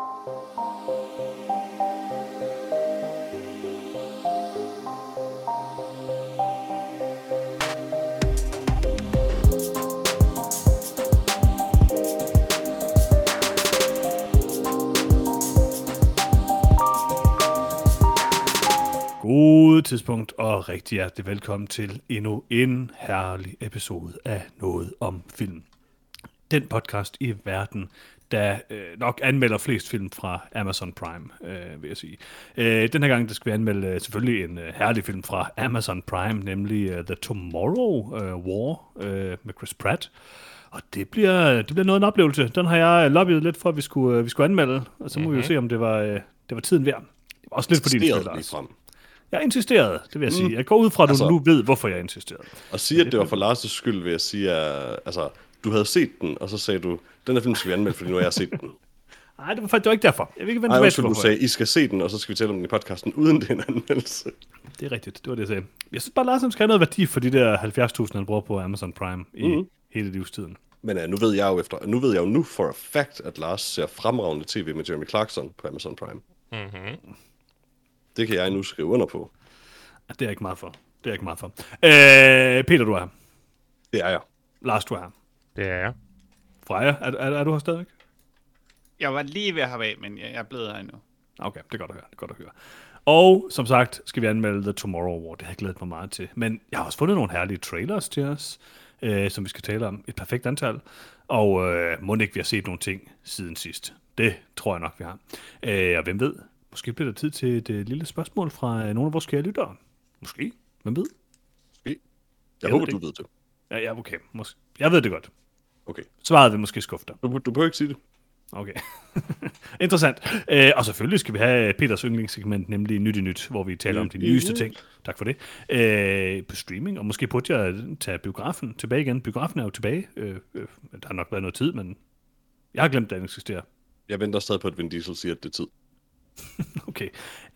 God tidspunkt og rigtig hjertelig velkommen til endnu en herlig episode af Noget om Film. Den podcast i verden, der nok anmelder flest film fra Amazon Prime, vil jeg sige. Den her gang, der skal vi anmelde selvfølgelig en herlig film fra Amazon Prime, nemlig The Tomorrow War med Chris Pratt. Og det bliver noget af en oplevelse. Den har jeg lobbyet lidt for, at vi skulle anmelde, og så må vi jo se, om det var tiden værd. Det var også lidt på din skyld, Lars. Jeg insisterede, det vil jeg sige. Jeg går ud fra, at du nu ved, hvorfor jeg insisterede. Og sige, at det var for Lars' skyld, vil jeg sige, at du havde set den, og så sagde du, den her film skal vi anmelde, fordi nu har jeg set den. Nej, det var ikke derfor. Jeg vil ikke vente tilbage, du sagde, I skal se den, og så skal vi tale om den i podcasten, uden det en anmeldelse. Det er rigtigt, det var det, jeg sagde. Jeg synes bare, Lars skal have noget værdi for de der 70.000, han bruger på Amazon Prime i hele livstiden. Men nu ved jeg jo for a fact, at Lars ser fremragende tv med Jeremy Clarkson på Amazon Prime. Mm-hmm. Det kan jeg nu skrive under på. Det er ikke meget for. Peter, du er her. Det er jeg. Lars, du er her. Det er jeg. Freja, er du her stadigvæk? Jeg var lige ved at have af, men jeg er blevet her endnu. Okay, det er godt at høre. Og som sagt, skal vi anmelde The Tomorrow War. Det har jeg glædet mig meget til. Men jeg har også fundet nogle herlige trailers til os, som vi skal tale om. Et perfekt antal. Og må ikke vi har set nogle ting siden sidst. Det tror jeg nok, vi har. Og hvem ved? Måske bliver der tid til et lille spørgsmål fra nogle af vores kære lyttere. Måske. Hvem ved? Måske. Jeg håber, du ved det. Ja, okay. Måske. Jeg ved det godt. Okay. Svaret vil måske skuffe dig. Du behøver ikke sige det. Okay. Interessant. Og selvfølgelig skal vi have Peters yndlingssegment, nemlig Nyt i Nyt, hvor vi taler om de nyeste ting. Tak for det. På streaming, og måske burde jeg tage biografen tilbage igen. Biografen er jo tilbage. Der har nok været noget tid, men jeg har glemt, at den eksisterer. Jeg venter stadig på, at Vin Diesel siger, at det er tid. Okay.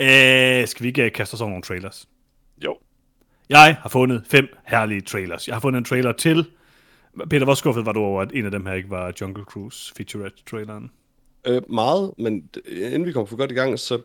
Skal vi ikke kaste os over nogle trailers? Jo. Jeg har fundet 5 herlige trailers. Jeg har fundet en trailer til... Peter, hvor skuffet var du over, at en af dem her ikke var Jungle Cruise featurette-traileren? Meget, men inden vi kommer for godt i gang, så...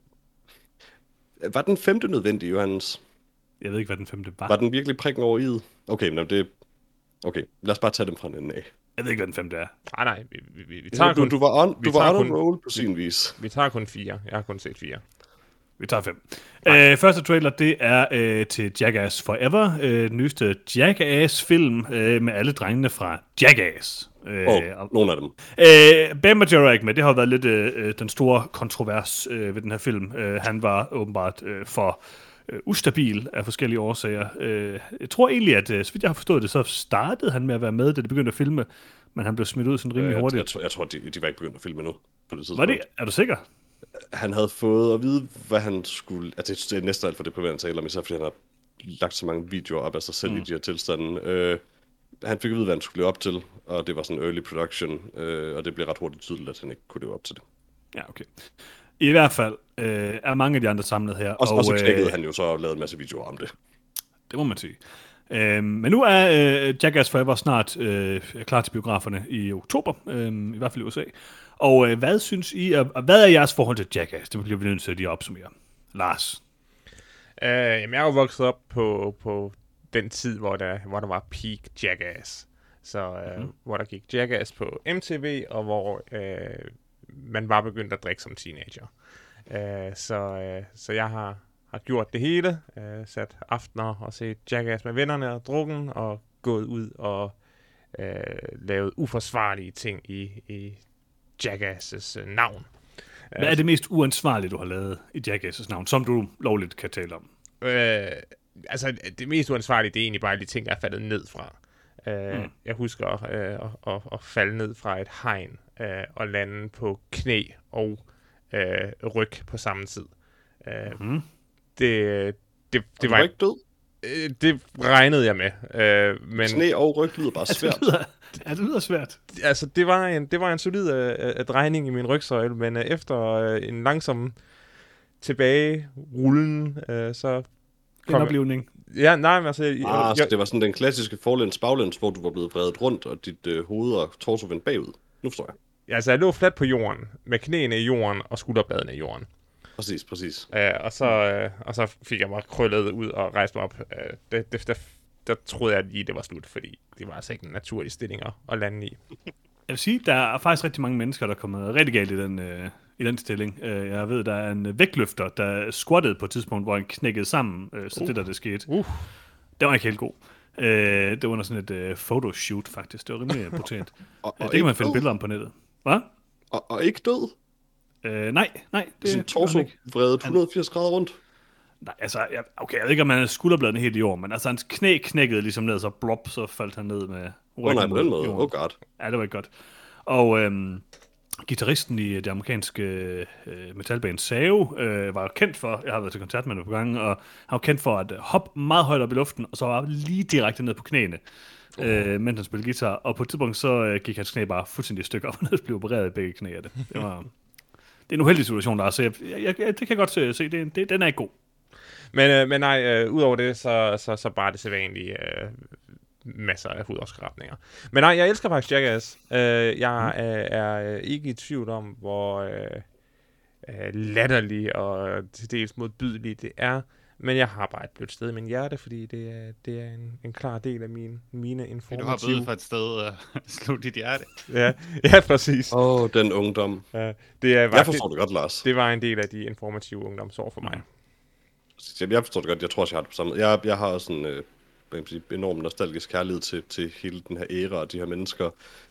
Var den 5. nødvendig, Johannes? Jeg ved ikke, hvad den 5. var. Var den virkelig prikken over i'et? Okay, men det... Okay, lad os bare tage dem fra en enden af. Jeg ved ikke, hvad den 5. er. Nej, vi tager kun... Du var on roll på sin vis. Vi tager kun 4. Jeg har kun set 4. Vi tager 5. Første trailer, det er til Jackass Forever. Den nyeste Jackass-film med alle drengene fra Jackass. Nogle af dem. Ben Margera er ikke med. Det har været lidt den store kontrovers ved den her film. Han var åbenbart for ustabil af forskellige årsager. Jeg tror egentlig, at så vidt jeg har forstået det, så startede han med at være med, da det begyndte at filme, men han blev smidt ud sådan rimelig hurtigt. Jeg tror, de var ikke begyndt at filme nu. På det var det? Er du sikker? Han havde fået at vide, hvad han skulle... Altså, det er næsten alt for det private taler om, især fordi han har lagt så mange videoer op af sig selv i de her tilstande. Han fik at vide, hvad han skulle leve op til, og det var sådan early production, og det blev ret hurtigt tydeligt, at han ikke kunne leve op til det. Ja, okay. I hvert fald er mange af de andre samlet her. Og så knækkede han jo så og lavede en masse videoer om det. Det må man sige. Men nu er Jackass Forever snart klar til biograferne i oktober, i hvert fald i USA. Og hvad synes I, og hvad er jeres forhold til Jackass? Det bliver vi nødt til at lige opsummere. Lars? Jamen, jeg er jo vokset op på den tid, hvor der var peak Jackass. Så hvor der gik Jackass på MTV, og hvor man var begyndt at drikke som teenager. Så jeg har gjort det hele, sat aftener og set Jackass med vennerne og drukken, og gået ud og lavet uforsvarlige ting i Jackass' navn. Hvad er det mest uansvarlige, du har lavet i Jackass' navn, som du lovligt kan tale om? Altså, det mest uansvarlige, det er egentlig bare de ting, jeg er faldet ned fra. Jeg husker at falde ned fra et hegn og lande på knæ og ryg på samme tid. Det var ikke død? Det regnede jeg med. Men knæ og ryg lyder bare svært. Det lyder svært. Altså, det var en solid drejning i min rygsøjle, men efter en langsom tilbagerullen, så kom genoplivning. Ja, nej, men altså... så det var sådan den klassiske forlæns baglæns, hvor du var blevet vredet rundt, og dit hoved og torso vendt bagud. Nu forstår jeg. Altså, jeg lå fladt på jorden, med knæene i jorden og skulderbladene i jorden. Præcis. Og så fik jeg mig krøllet ud og rejste mig op. Der troede jeg lige, det var slut, fordi det var altså ikke en naturlig stilling at lande i. Jeg vil sige, der er faktisk rigtig mange mennesker, der er kommet rigtig galt i den stilling. Jeg ved, der er en vægtløfter, der squattede på et tidspunkt, hvor han knækkede sammen, så det skete. Det var ikke helt god. Det var under sådan et photoshoot, faktisk. Det var rimelig brutant. Det kan man finde billeder om på nettet. Hvad? Og ikke død? Nej. Det sådan torso vredet 180 grader rundt? Nej, altså, jeg ved ikke, om han havde skulderbladene helt i jorden, men altså, hans knæ knækkede ligesom ned, så blop, så faldt han ned med ryggen på den måde. Oh god. Ja, det var ikke godt. Og guitaristen i det amerikanske metalband Save var kendt for, jeg har været til koncert med det på gange, og han var kendt for at hoppe meget højt op i luften, og så var lige direkte ned på knæene, mens han spillede guitar. Og på et tidspunkt, så gik hans knæ bare fuldstændig i stykker, og han blev opereret i begge knæ af det. Det er en uheldig situation, der er, så det kan jeg godt se. Den er ikke god. Men nej, udover det, så bare det sædvanlige masser af hudafskrabninger. Men nej, jeg elsker faktisk Jackass. Jeg er ikke i tvivl om, hvor latterlig og til dels modbydelig det er. Men jeg har bare et blødt sted i min hjerte, fordi det er en klar del af mine informative... Du har blevet for et sted og slå dit hjerte. Ja, præcis. Den ungdom. Jeg forstår det godt, Lars. Det var en del af de informative ungdomsår for mig. Jeg forstår det godt. Jeg tror også, jeg har det på samme måde. Jeg har også en enorm nostalgisk kærlighed til hele den her æra og de her mennesker.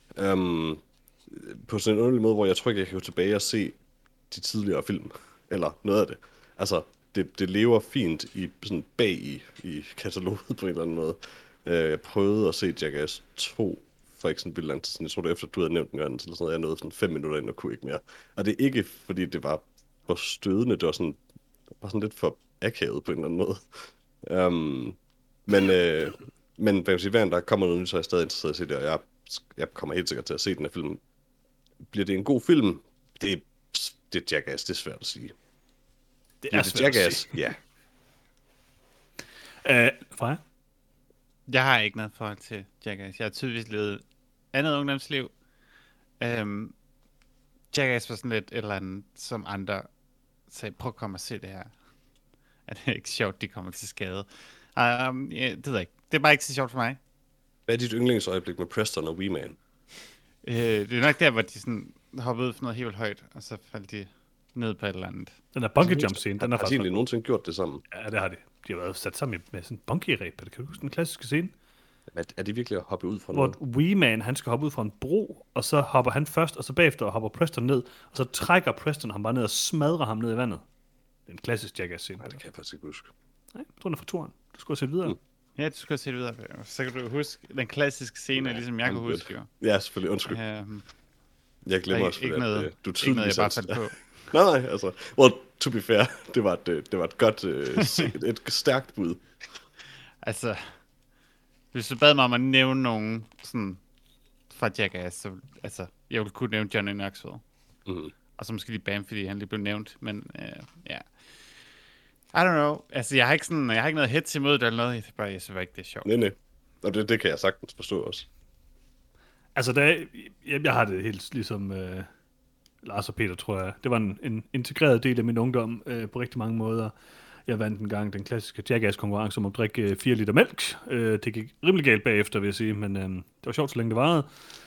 På sådan en underlig måde, hvor jeg tror ikke, jeg kan gå tilbage og se de tidligere film. Eller noget af det. Altså, det lever fint sådan bag i kataloget på en eller anden måde. Jeg prøvede at se Jackass 2 for ikke sådan vildt lang tid. Jeg tror det efter, du havde nævnt den gang, så sådan noget, jeg nåede sådan 5 minutter ind og kunne ikke mere. Og det er ikke, fordi det var for stødende. Det var sådan lidt for akavet på en eller anden måde. Men hvad kan sige, hver der kommer noget nyt, så er jeg stadig interesseret i at se det, og jeg kommer helt sikkert til at se den her film. Bliver det en god film? Det er Jackass, det er svært at sige. Det er svært Jackass, ja. Freja? Jeg har ikke noget forhold til Jackass. Jeg har tydeligvis levet andet ungdomsliv. Jackass var sådan lidt et eller andet, som andre sagde, prøv at komme og se det her. Er det ikke sjovt, de kommer til skade? Det ved jeg ikke. Det er bare ikke så sjovt for mig. Hvad er dit yndlingsøjeblik med Preston og Wee Man? Det er nok der, hvor de sådan hoppede ud for noget helt vildt højt, og så faldt de ned på et eller andet. Den der bungee jump scene, den er faktisk... Har de egentlig nogensinde gjort det sammen? Ja, det har de. De har været sat sammen med sådan en bungee-ræb. Kan du huske den klassiske scene? Er de virkelig at hoppe ud fra noget? Hvor Wee Man, han skal hoppe ud fra en bro, og så hopper han først, og så bagefter hopper Preston ned, og så trækker Preston ham bare ned og smadrer ham ned i vandet. Det er en klassisk Jackass-scene. Nej, det kan jeg faktisk ikke huske. Nej, jeg tror, den er fra turen. Du skulle have set videre. Ja, du skulle have set videre. Så kan du huske den klassiske scene, ligesom jeg kunne huske. Ja, selvfølgelig. Undskyld. Jeg glemmer også, at du tydeligvis jeg bare faldt på. Nej, altså. Well, to be fair, det var et godt, et stærkt bud. Altså, hvis du bad mig om at nævne nogen sådan fra Jackass, så altså, jeg ville kunne nævne Johnny Knoxville. Og så måske lige Bam, fordi han lige blev nævnt, men ja. I don't know. Altså, jeg har ikke noget hets imod det eller noget. Jeg synes bare ikke, det er sjovt. Nej. Og det kan jeg sagtens forstå også. Altså, jeg har det helt ligesom Lars og Peter, tror jeg. Det var en integreret del af min ungdom på rigtig mange måder. Jeg vandt en gang den klassiske Jackass-konkurrence om at drikke 4 liter mælk. Det gik rimelig galt bagefter, vil jeg sige, men det var sjovt, så længe det varede.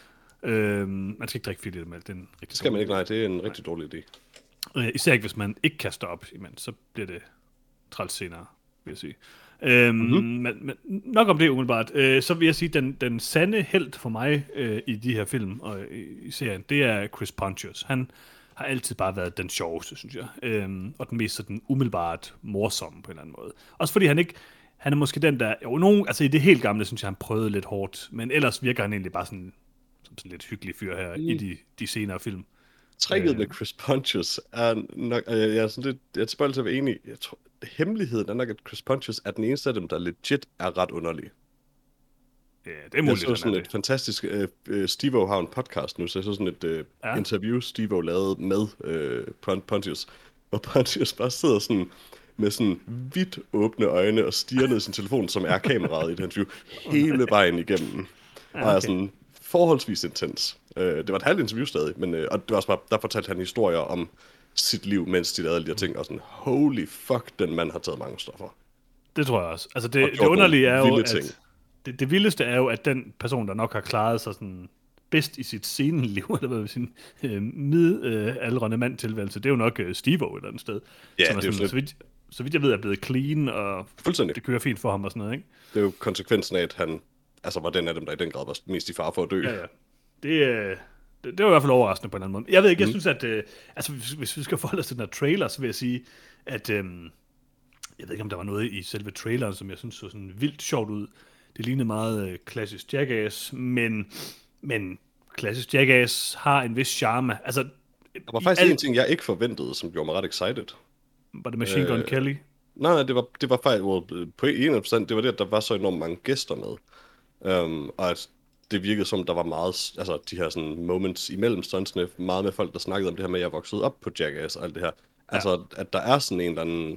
Man skal ikke drikke 4 liter mælk. Det skal man ikke, nej. Det er en rigtig dårlig idé. Især ikke, hvis man ikke kaster op, imens, så bliver det træls senere, vil jeg sige. Men nok om det umiddelbart. Så vil jeg sige, den sande held for mig i de her film og i serien, det er Chris Pontius. Han har altid bare været den sjoveste, synes jeg. Og den mest sådan umiddelbart morsomme på en eller anden måde. Også fordi han er måske den der, altså i det helt gamle, synes jeg, han prøvede lidt hårdt, men ellers virker han egentlig bare som sådan lidt hyggelig fyr her i de senere film. Tricket med Chris Pontius er nok, jeg er sådan lidt, jeg tilbøjer til at være enig, jeg tror, hemmeligheden er nok, at Chris Pontius er den eneste af dem, der legit er ret underlig. Ja, det er muligt. Jeg så sådan et fantastisk Steve-O har en podcast nu, så jeg så sådan et interview, Steve-O lavede med Pontius, hvor Pontius bare sidder sådan med sådan vidt åbne øjne og stiger ned i sin telefon, som er kameraet i det interview, hele vejen igennem. Og er sådan forholdsvis intens. Det var et halvt interview stadig, men og det var også bare, der fortalte han historier om sit liv, mens de lavede alle de her ting, og sådan, holy fuck, den mand har taget mange stoffer. Det tror jeg også. Altså det underlige er jo, at det vildeste er jo, at den person, der nok har klaret sig sådan bedst i sit sceneliv, eller hvad sin midaldrende mand-tilværelse, det er jo nok Steve-O et eller andet sted. Ja, som er det er sådan, så vidt jeg ved, er blevet clean, og det kører fint for ham og sådan noget, ikke? Det er jo konsekvensen af, at han var den af dem, der i den grad var mest i fare for at dø. Ja. Det var i hvert fald overraskende på en anden måde. Jeg ved ikke, jeg synes, at hvis vi skal forholde os til den her trailer, så vil jeg sige, at jeg ved ikke, om der var noget i selve traileren, som jeg synes så sådan vildt sjovt ud. Det lignede meget klassisk Jackass, men klassisk Jackass har en vis charme. Altså, der var faktisk en ting, jeg ikke forventede, som gjorde mig ret excited. Var det Machine Gun Kelly? Nej, det var faktisk, på 100%, det var det, at der var så enormt mange gæster med. Og at det virkede som, der var meget, altså de her sådan moments imellem stuntsene, meget med folk, der snakkede om det her med, at jeg voksede op på Jackass og alt det her. Ja. Altså, at der er sådan en eller anden...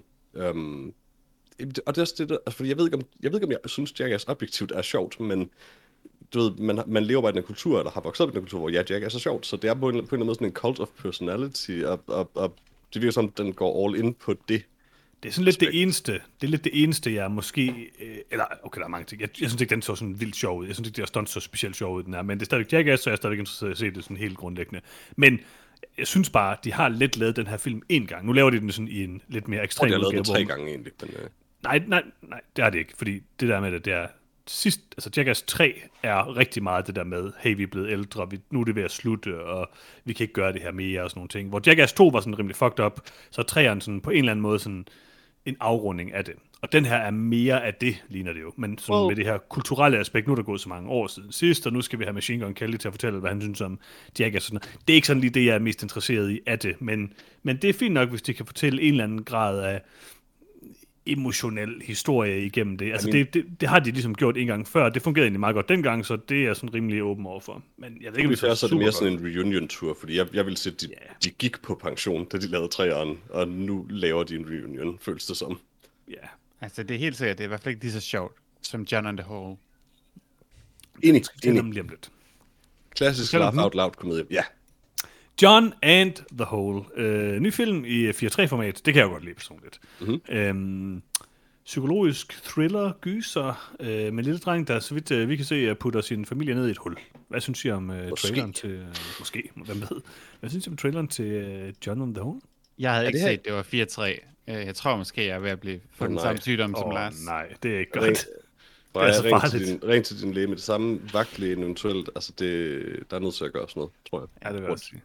og det er også det der, altså, fordi jeg ved ikke, om jeg synes, Jackass objektivt er sjovt, men du ved, man lever bare i den kultur, eller har vokset op i den kultur, hvor Jackass er sjovt, så det er på en eller anden måde sådan en cult of personality, og det virker som, den går all in på det. Det er sådan lidt det eneste, jeg måske... eller, okay, der er mange ting. Jeg synes ikke, den så sådan vildt sjov ud. Jeg synes ikke, det er stunt så specielt sjov ud, den er. Men det er stadigvæk Jackass, så jeg er stadigvæk interesseret i at se det sådan helt grundlæggende. Men jeg synes bare, at de har lidt lavet den her film en gang. Nu laver de den sådan i en lidt mere ekstrem udgave. Og de har lavet den 3 gange egentlig. Men, Nej, det er det ikke. Fordi det der med det er... Jackass 3 er rigtig meget det der med, hey, vi er blevet ældre, nu er det ved at slutte, og vi kan ikke gøre det her mere, og sådan nogle ting. Hvor Jackass 2 var sådan rimelig fucked up, så 3'eren sådan på en eller anden måde sådan en afrunding af det. Og den her er mere af det, ligner det jo. Men sådan med det her kulturelle aspekt, nu er der gået så mange år siden sidst, og nu skal vi have Machine Gun Kelly til at fortælle, hvad han synes om Jackass. Sådan. Det er ikke sådan lige det, jeg er mest interesseret i af det, men det er fint nok, hvis de kan fortælle en eller anden grad af emotionel historie igennem det. Altså det har de ligesom gjort en gang før. Det fungerede egentlig meget godt dengang, så det er sådan rimelig åben overfor. Men jeg ved ikke, om det er mere sådan en reunion-tur, fordi jeg vil sige, at de gik på pension, da de lavede 3'eren, og nu laver de en reunion, føles det som. Ja. Altså, det er helt sikkert, det er i hvert fald ikke lige så sjovt, som John and the Hole. Enig. Klassisk laugh out loud komedie. Ja. John and the Hole. Ny film i 4:3-format. Det kan jeg jo godt lide personligt. Psykologisk thriller, gyser, med en lille dreng, der så vidt vi kan se, putter sin familie ned i et hul. Hvad synes I om traileren til... Måske, hvem ved. Hvad synes I om traileren til John and the Hole? Jeg havde ikke set, det var 4:3. Jeg tror måske, jeg er ved at få den samme sygdom som Lars. Nej, det er ikke godt. Det er så farligt. Ring til din læge med det samme vagtlæge eventuelt. Altså, der er nødt til at gøre sådan noget, tror jeg. Ja, det vil jeg sige.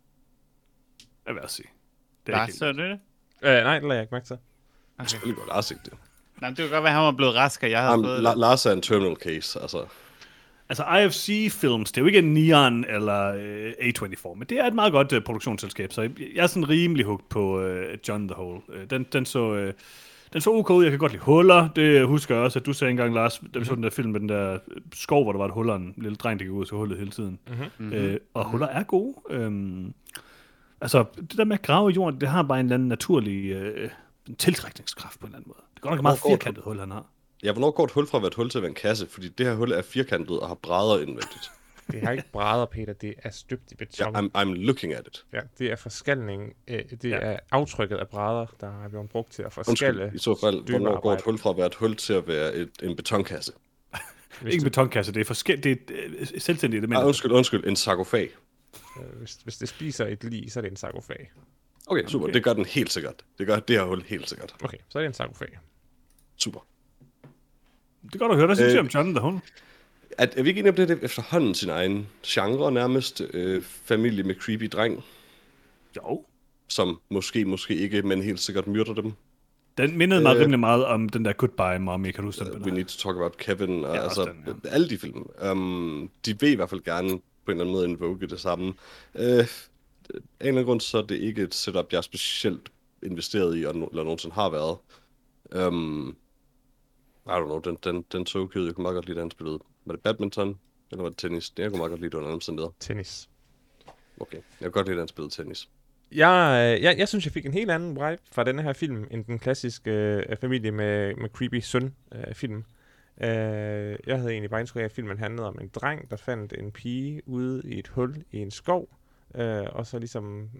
Det vil jeg sige. Lars, så det? Nej, det lader jeg ikke mærke til. Okay. Selvfølgelig godt, Lars ikke det. Nej, det var godt være, at han var blevet rask, og jeg havde fået... Lars er en terminal case, altså. Altså, IFC Films, det er jo ikke Neon eller A24, men det er et meget godt produktionsselskab, så jeg er sådan rimelig hugt på John the Hole. Den så ok ud, jeg kan godt lide huller, det husker jeg også, at du sagde engang, Lars, da vi så den der film med den der skov, hvor der var et huller, en lille dreng, der gik ud og så hullet hele tiden. Og huller er gode. Altså, det der med at grave i jorden, det har bare en eller anden naturlig tiltrækningskraft på en eller anden måde. Det går nok meget firkantet hul, han har. Ja, hvornår går et hul fra at være et hul til at være en kasse? Fordi det her hul er firkantet og har brædder indvendigt. Det har ikke brædder, Peter. Det er støbt i beton. Yeah, I'm looking at it. Ja, det er forskalning. Det er aftrykket af brædder, der har blevet brugt til at forskalle. Undskyld, i så fald, hvornår går et hul fra at være et hul til at være en betonkasse? Ikke en betonkasse, det er et selvstændigt element. Undskyld, en sarkofag. Hvis det spiser et lig, så er det en sarkofag. Okay, super. Okay. Det gør den helt sikkert. Det gør det her hul helt sikkert. Okay, så er det en sarkofag. Super. Det er godt at høre. Hvad synes du om John the Hole? Er vi ikke enige om det efterhånden sin egen genre nærmest? Familie med creepy dreng? Jo. Som måske ikke, men helt sikkert myrder dem. Den mindede mig rimelig meget om den der Goodbye Mommy, kan du huske den? We Need to Talk About Kevin, og altså alle de film. De vil i hvert fald gerne på en eller anden måde invoke det samme. Af en eller anden grund, så er det ikke et setup, jeg er specielt investeret i, eller nogensinde har været. I don't know, den så kød, jeg kunne meget godt lide, da han spillede. Var det badminton, eller var det tennis? Jeg kunne meget godt lide det under omstændigheder. Tennis. Okay, jeg kunne godt lide, da han spillede tennis. Jeg synes, jeg fik en helt anden vibe fra denne her film, end den klassiske familie med creepy søn-film. Jeg havde egentlig bare indtryk af, at filmen handlede om en dreng, der fandt en pige ude i et hul i en skov, og så ligesom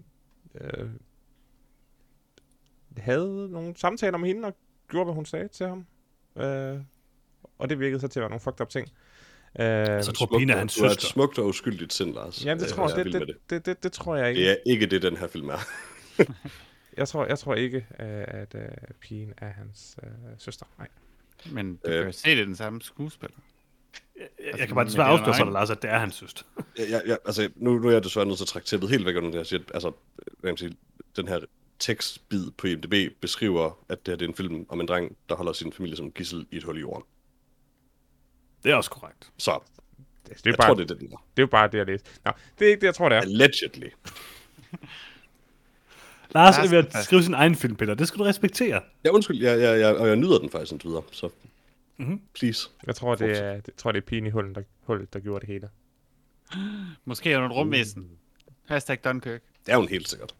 havde nogle samtaler med hende, og gjorde, hvad hun sagde til ham. Og det virkede så til at være nogle fucked up ting. Så tror Pina er hans søster. Du er et søster. smukt og uskyldigt sind, Lars. Jamen, det tror jeg ikke. Det er ikke det, den her film er. Jeg tror ikke, at pigen er hans søster. Nej. Men du kan jo se, det er den samme skuespiller. Jeg kan bare desværre afsløre for dig, Lars, at det er hans søster. Altså, nu er jeg desværre nødt til at trække tæppet helt væk under det her. Siger, altså, hvad sige, den her tekstbid på IMDb beskriver, at det her det er en film om en dreng, der holder sin familie som gidsel i et hul i jorden. Det er også korrekt. Så, jeg tror, det er det, den er. Det er jo bare det, jeg læste. Nå, det er ikke det, jeg tror, det er. Allegedly. Lars er ved at skrive sin egen film, Peter. Det skal du respektere. Ja, undskyld. Jeg nyder den faktisk indtil videre, så please. Jeg tror, det er pigen i hullet, der gjorde det hele. Måske er det en rumvæsen. #Dunkirk. Det er hun helt sikkert.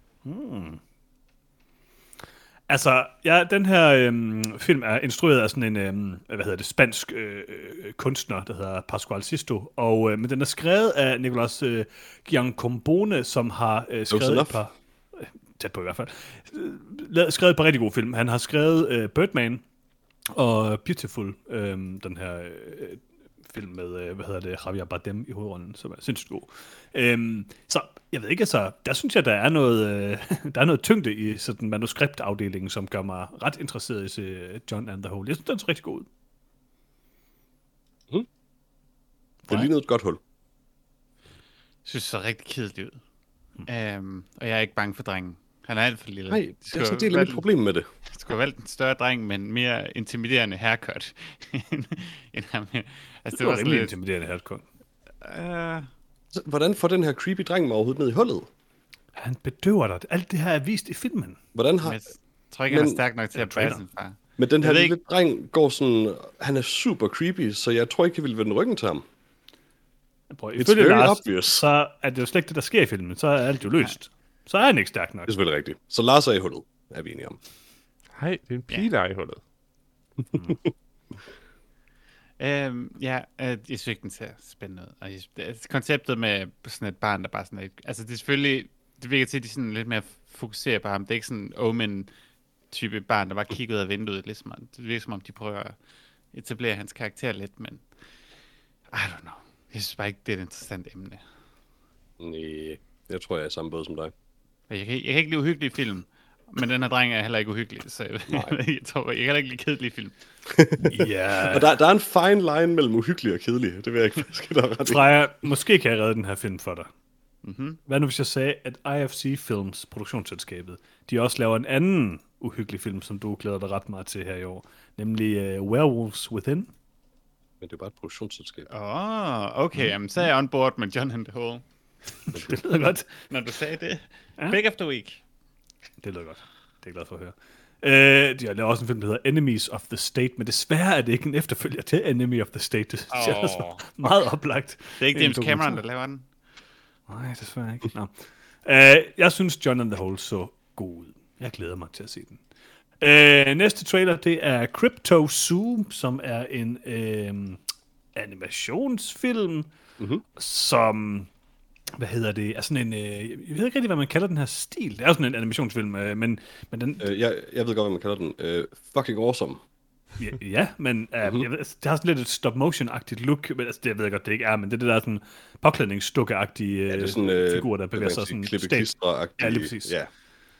Altså, ja, den her film er instrueret af sådan en, spansk kunstner, der hedder Pascual Sisto, og men den er skrevet af Nicolas Giancombone, som har skrevet et par, tæt på i hvert fald, skrevet et par rigtig gode film. Han har skrevet Birdman og Beautiful, den her film med, Javier Bardem i hovedrollen, som er sindssygt god. Så jeg ved ikke, altså, der synes jeg, der er noget tyngde i sådan manuskriptafdelingen, som gør mig ret interesseret i at se John and the Hole. Jeg synes, den er rigtig god ud. Det ligner et godt hul. Jeg synes, det så rigtig kedeligt ud. Og jeg er ikke bange for drengen. Han er alt for lille. Nej, det er sådan en del af mit problem med det. Jeg skulle have valgt en større dreng, men mere intimiderende haircut. end ham. Altså, det var rimelig lidt intimiderende haircut. Hvordan får den her creepy dreng mig overhovedet ned i hullet? Han bedøver dig. Alt det her er vist i filmen. Hvordan har... Jeg tror ikke, han er stærk nok til at bære sin far. Men den her lille dreng går sådan... Han er super creepy, så jeg tror ikke, jeg vil vende ryggen til ham. Ifølge Lars, så er det jo slet ikke det, der sker i filmen. Så er alt jo løst. Så er han ikke stærk nok. Det er selvfølgelig rigtigt. Så Lars er i hullet, er vi enige om. Hej, det er en pige, der er i hullet. Jeg synes ikke, den ser spændende ud. Og konceptet med sådan et barn, der bare sådan et... Altså, det er selvfølgelig... Det virker til, at de sådan lidt mere fokuserer på ham. Det er ikke sådan en Omen-type barn, der bare kigger ud af vinduet. Ligesom, det virker som om, de prøver at etablere hans karakter lidt, men... I don't know. Jeg synes bare ikke, det er et interessant emne. Nej, jeg tror, jeg er i samme båd som dig. Jeg kan ikke lide uhyggelige film, men den her dreng er heller ikke uhyggelig, så jeg kan heller ikke lide kedelige film. Ja. Og der er en fine line mellem uhyggelig og kedelig. Det vil jeg ikke faktisk give dig ret i. Freja, måske kan jeg redde den her film for dig. Mm-hmm. Hvad nu, hvis jeg sagde, at IFC Films, produktionsselskabet, de også laver en anden uhyggelig film, som du glæder dig ret meget til her i år, nemlig Werewolves Within. Men det er bare et produktionsselskab. Okay, jamen, så er jeg on board med John and the Hole. Det lyder godt. Når du sagde det. Ja. Pick of the week. Det lyder godt. Det er jeg glad for at høre. De har lavet også en film, der hedder Enemies of the State, men desværre er det ikke en efterfølger til Enemy of the State. Det synes jeg er meget oplagt. Det er ikke James Cameron, der laver den? Nej, desværre ikke. No. Jeg synes, John and the Hole så god ud. Jeg glæder mig til at se den. Næste trailer, det er Crypto Zoo, som er en animationsfilm, som... Hvad hedder det? Er sådan en... jeg ved ikke rigtig, hvad man kalder den her stil. Det er jo sådan en animationsfilm, men den... Jeg ved godt, hvad man kalder den. Fucking awesome. Ja, men jeg ved, det har sådan lidt et stop-motion-agtigt look, men altså, det ved jeg godt, det ikke er, men det er det der sådan påklædningsdukke-agtige figur, der bevæger sig sådan klippe-klistre-agtige. Ja, lige præcis. Ja.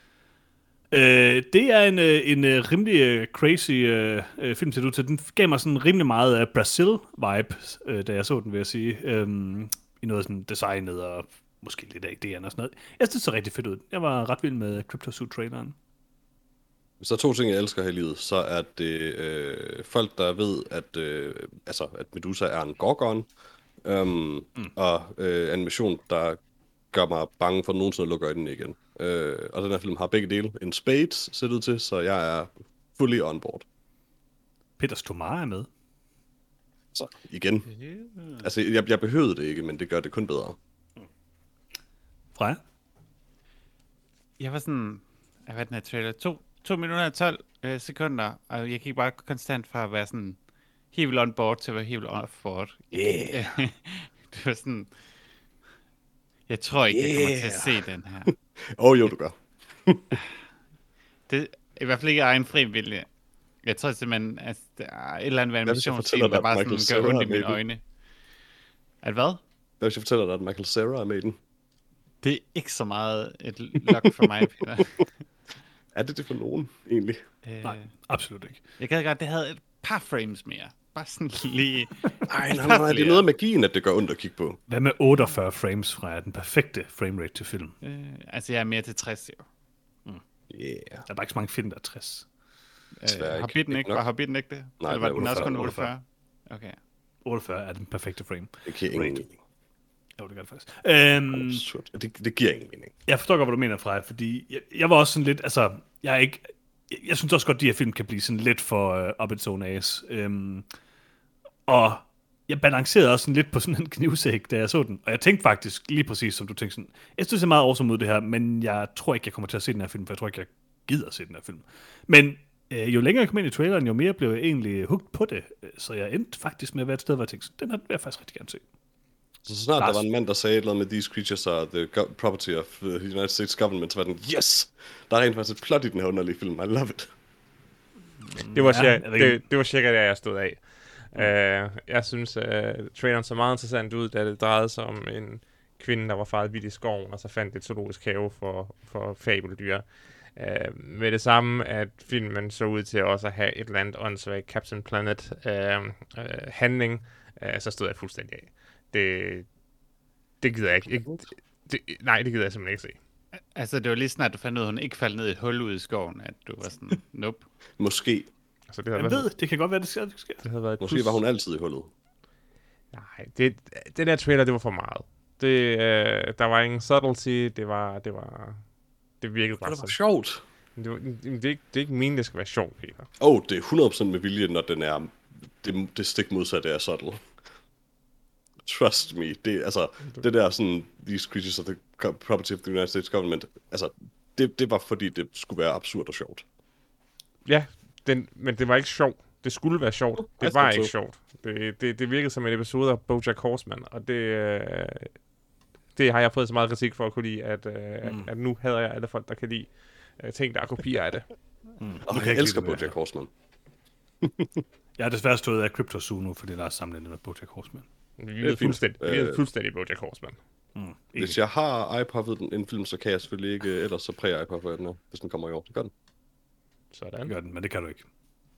Det er en rimelig crazy film, ser du til. Den gav mig sådan rimelig meget Brazil-vibe, da jeg så den, vil jeg sige. I noget sådan designet og måske lidt af idéerne og sådan noget. Jeg synes, det så rigtig fedt ud. Jeg var ret vild med CryptoSuit-traileren. Hvis der er to ting, jeg elsker her i livet, så er det folk, der ved, at Medusa er en gorgon, og animation, der gør mig bange for, at nogensinde lukker øjnene igen. Og den her film har begge dele. En spade ser det ud til, så jeg er fully on board. Peter Stormare er med. Så igen. Altså, jeg behøvede det ikke, men det gør det kun bedre. Freja? Jeg var sådan... Jeg var den her trailer. 2 minutter og 12 sekunder, og jeg gik bare konstant fra at være sådan... helt vildt on board til at være helt vildt off board. Yeah. Det var sådan... Jeg tror ikke, jeg kommer til at se den her. Jo, du gør. Det er i hvert fald ikke egen fri vilje. Jeg tror simpelthen, at der er et eller andet animationsstil, der bare sådan gør ondt i mine øjne. At hvad? Hvad hvis jeg fortæller dig, at Michael Cera er med i den? Det er ikke så meget et lok for mig, Peter. Er det for nogen, egentlig? Nej, absolut ikke. Jeg gad godt, det havde et par frames mere. Bare sådan lige... Nej, det er noget af magien, at det gør ondt at kigge på. Hvad med 48 frames fra den perfekte framerate til film? Altså, jeg er mere til 60, jo. Yeah. Der er bare ikke så mange film, der er 60. Har Bitten ikke? Var Bitten ikke det? Nej, eller var den også kun 48? 48? Okay. 48 er den perfekte frame. Det giver ingen mening. Jo, det gør det faktisk. Det giver ingen mening. Jeg forstår godt, hvad du mener, Freja, fordi jeg var også sådan lidt, altså, jeg synes også godt, at de her film kan blive sådan lidt for up its own ass. Og jeg balancerede også sådan lidt på sådan en knivsæk, da jeg så den. Og jeg tænkte faktisk lige præcis, som du tænkte sådan, jeg synes, det er meget awesome ud det her, men jeg tror ikke, jeg kommer til at se den her film, for jeg tror ikke, jeg gider at se den her film. Men jo længere jeg kom ind i traileren, jo mere blev jeg egentlig hooked på det. Så jeg endte faktisk med at være et sted, hvor jeg tænkte, den her vil jeg faktisk rigtig gerne se. Så snart der var en mand, der sagde et eller andet med, these creatures are the property of the United States government, så var den, yes! Der er rent faktisk et plot i den her underlige film, I love it. Det var cirka der, jeg stod af. Jeg synes, traileren så meget interessant ud, da det drejede sig om en kvinde, der var faret vidt i skoven, og så fandt et zoologisk have for fabeldyr. Med det samme, at filmen så ud til også at have et eller andet åndssvagt Captain Planet handling, så stod jeg fuldstændig af. Det gider jeg ikke. Nej, det gider jeg simpelthen ikke se. Altså, det var lige snart, du fandt ud af, at hun ikke faldt ned i et hul ud i skoven, at du var sådan, nope. Måske. Altså, det kan godt være, det sker. Det havde været Måske var hun altid i hullet. Nej, det der trailer, det var for meget. Der var ingen subtlety, det virkede bare Det var sådan. sjovt. Det er ikke meningen, det skal være sjovt, Peter. Det er 100% med vilje, når den er det stik modsatte er subtle. Trust me. Det der sådan, these creatures are the property of the United States government, altså, det var fordi, det skulle være absurd og sjovt. Ja, men det var ikke sjovt. Det skulle være sjovt. Det var ikke sjovt. Det virkede som en episode af BoJack Horseman, og det har jeg fået så meget kritik for at kunne lide, at nu hader jeg alle folk, der kan lide ting, der er kopier af det. Jeg elsker BoJack Horseman. Jeg har desværre stået af Cryptozoa nu, fordi der er sammenlignet med BoJack Horseman. Vi er fuldstændig BoJack Horseman. Hvis jeg har iPod'et en film, så kan jeg selvfølgelig ikke, ellers så præger iPod for den her, hvis den kommer i år. Det gør den. Sådan. Det gør den, men det kan du ikke.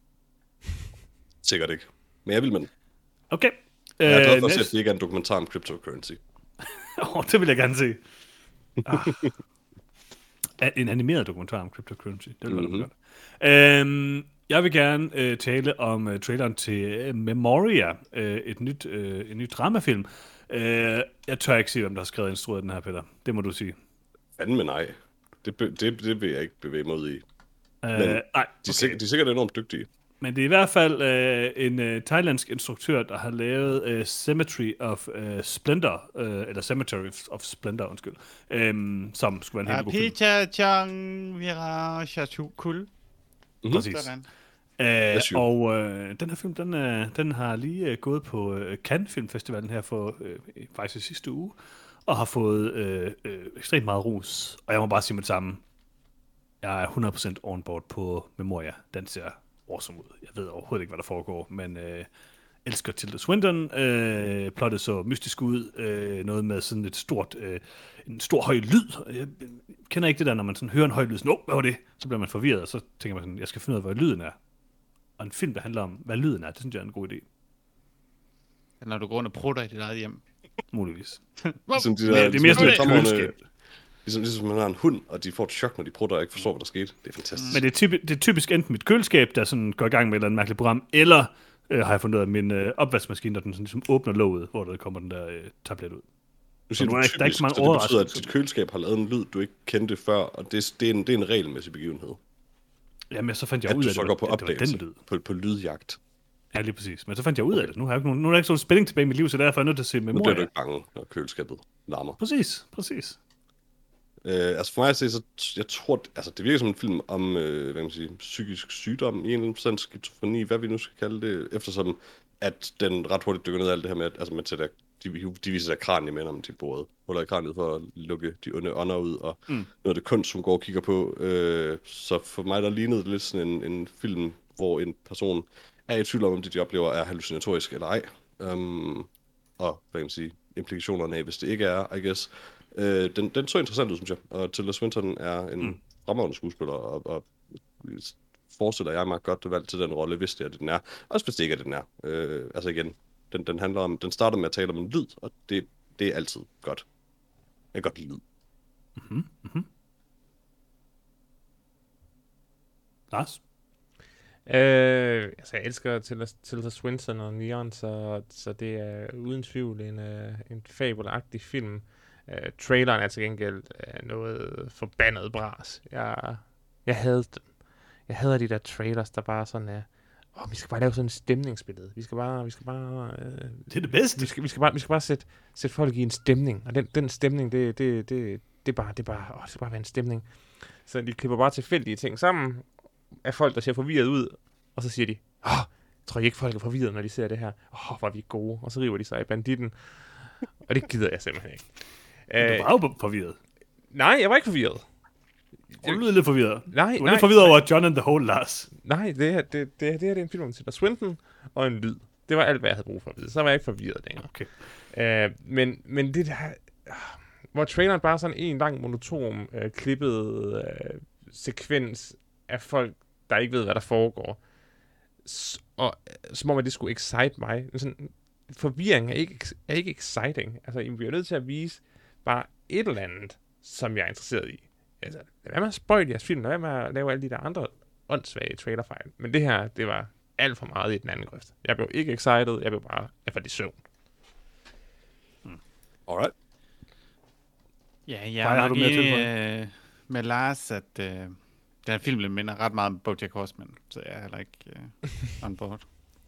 Sikkert ikke. Men jeg vil med den. Okay. Jeg er glad for at se, at det ikke er en dokumentar om cryptocurrency. Det vil jeg gerne se. En animeret dokumentar om cryptocurrency. Det vil være godt. Jeg vil gerne tale om traileren til Memoria, en ny dramafilm. Jeg tør ikke sige, hvem der har skrevet instrueret den her, Peter. Det må du sige. Fandme nej. Det vil jeg ikke bevæge mig ud i. Men nej, okay. De er sikkert enormt dygtige. Men det er i hvert fald en thailandsk instruktør, der har lavet Cemetery of Splendor, eller Cemetery of Splendor, undskyld, som skulle være en helt god film. Peter Chang Vira Chatukul. Præcis. Og den her film, den har lige gået på Cannes Filmfestivalen her for faktisk sidste uge, og har fået ekstremt meget ros. Og jeg må bare sige med det samme, jeg er 100% on board på Memoria. Den ser awesome ud. Jeg ved overhovedet ikke, hvad der foregår, men elsker Tilda Swinton. Plottet så mystisk ud. Noget med sådan et en stor høj lyd. Jeg kender ikke det der, når man sådan hører en høj lyd. Sådan, hvad var det? Så bliver man forvirret, og så tænker man sådan, jeg skal finde ud af, hvad lyden er. Og en film, der handler om, hvad lyden er, det synes jeg er en god idé. Når du går rundt og prutter i dit eget hjem. Muligvis. Ligesom det er mere sådan et køleskab. Ligesom man har en hund, og de får et chok, når de prutter og ikke forstår, hvad der skete. Det er fantastisk. Men det er typisk enten mit køleskab, der sådan går i gang med et eller andet mærkeligt program, eller har jeg fundet ud af min opvaskemaskine, der den sådan, ligesom åbner låget, hvor der kommer den der tablet ud. Du siger, der er ikke så mange det betyder, at dit køleskab har lavet en lyd, du ikke kendte før, og det er en regelmæssig begivenhed. Jamen, så fandt jeg ud af, at du så går på opdagelse, det var den lyd. På lydjagt. Ja, lige præcis. Men så fandt jeg ud af det. Nu har der ikke sådan spænding tilbage i mit liv, så derfor er jeg nødt til at se Memoria. Nu bliver du ikke bange, når køleskabet larmer. Præcis. Altså for mig at se, så jeg tror, altså det virker som en film om, psykisk sygdom, i en eller anden skizofreni, hvad vi nu skal kalde det, eftersom at den ret hurtigt dykker ned af alt det her med, at altså, man sætter, de viser sig kranie med, om de bordet huller i kraniet for at lukke de onde ånder ud, og noget af det kunst, som går og kigger på. Så for mig, der lignede det lidt sådan en film, hvor en person er i tvivl om det, de oplever, er hallucinatorisk eller ej. Og hvad kan man sige, implikationerne af, hvis det ikke er, I guess. Den så interessant ud, synes jeg. Og Tilda Swinton er en fremragende skuespiller, og forestiller jeg mig godt valg til den rolle, hvis det er det, den er. Også hvis det ikke er det, den er. Altså igen, den handler om, den starter med at tale om en lyd, og det er altid godt. Jeg kan godt lide lyd. Lars? Altså, jeg elsker Tilda Swinton og Neon, så det er uden tvivl en fabelagtig film. Traileren er til gengæld noget forbandet bras. Jeg havde den. Jeg hader de der trailers, der bare sådan er, vi skal bare lave sådan en stemningsbillede. Vi skal bare det er det bedste. Vi skal bare sætte folk i en stemning, og den stemning, det skal bare være en stemning. Så de klipper bare tilfældige ting sammen af folk, der ser forvirret ud, og så siger de, tror I ikke folk er forvirret, når de ser det her? Hvor er vi gode. Og så river de sig i banditten. Og det gider jeg simpelthen ikke. Du var jo forvirret. Nej, jeg var ikke forvirret. Du lyder lidt forvirret. Nej, du er lidt forvirret over John and the Hole, Lars. Nej, det her er en film om Tilda Swinton og en lyd. Det var alt, hvad jeg havde brug for at vide. Så var jeg ikke forvirret længere. Okay. Men det der, hvor traileren bare sådan en lang monoton, klippet sekvens af folk, der ikke ved, hvad der foregår. Og som om, at det skulle excite mig. Sådan, forvirring er ikke exciting. Altså, I bliver nødt til at vise bare et eller andet, som jeg er interesseret i. Altså, lad være med at spoil jeres film, lad være med at lave alle de der andre åndssvage trailerfejl. Men det her, det var alt for meget i den anden grøft. Jeg blev ikke excited, jeg blev bare i søvn. Alright. Ja, jeg er nok enig med Lars, at den her film minder ret meget om BoJack Horseman, så jeg er heller ikke on board.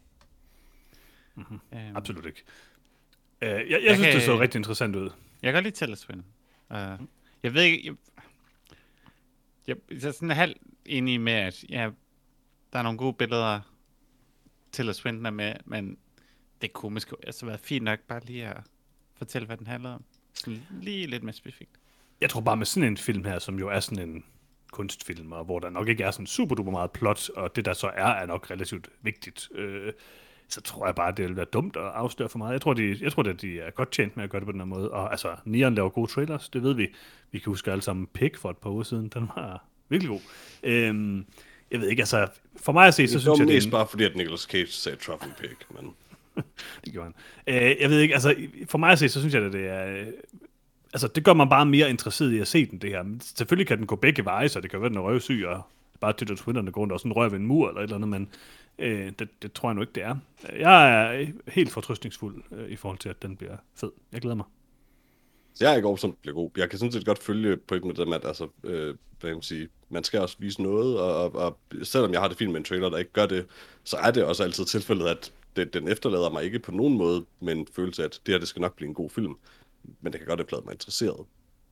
Absolut ikke. Jeg synes, det så rigtig interessant ud. Jeg kan godt lide Tilda Swinton. Jeg ved ikke... Jeg er sådan halvt enig med, at der er nogle gode billeder Tilda Swinton er med, men det kunne måske altså være fint nok bare lige at fortælle, hvad den handler om. Sådan lige lidt mere specifikt. Jeg tror bare med sådan en film her, som jo er sådan en kunstfilm, og hvor der nok ikke er sådan super duper meget plot, og det der så er nok relativt vigtigt, så tror jeg bare, det vil være dumt at afsløre for meget. Jeg tror, at de er godt tjent med at gøre det på den her måde. Og altså, Neon laver gode trailers, det ved vi. Vi kan huske alle sammen Pig for et par uger siden. Den var virkelig god. Jeg ved ikke, altså, for mig at se, så synes jeg, det er bare fordi, at Nicolas Cage sagde Truffle Pig, men... det gjorde han. Jeg ved ikke, altså, for mig at se, så synes jeg, at det er... Altså, det gør mig bare mere interesseret i at se den, det her. Men selvfølgelig kan den gå begge veje, så det kan være, den er røvsyg, og bare til at Twitterne går rundt og sådan rører ved en mur eller et eller andet, men det tror jeg nu ikke, det er. Jeg er helt fortrøstningsfuld i forhold til, at den bliver fed. Jeg glæder mig. Jeg er ikke overbevist, det bliver god. Jeg kan sådan set godt følge på med det med, at altså, hvad kan man sige, man skal også vise noget, og selvom jeg har det fint med en trailer, der ikke gør det, så er det også altid tilfældet, at den efterlader mig ikke på nogen måde med en følelse af, at det her, det skal nok blive en god film. Men det kan godt have mig interesseret.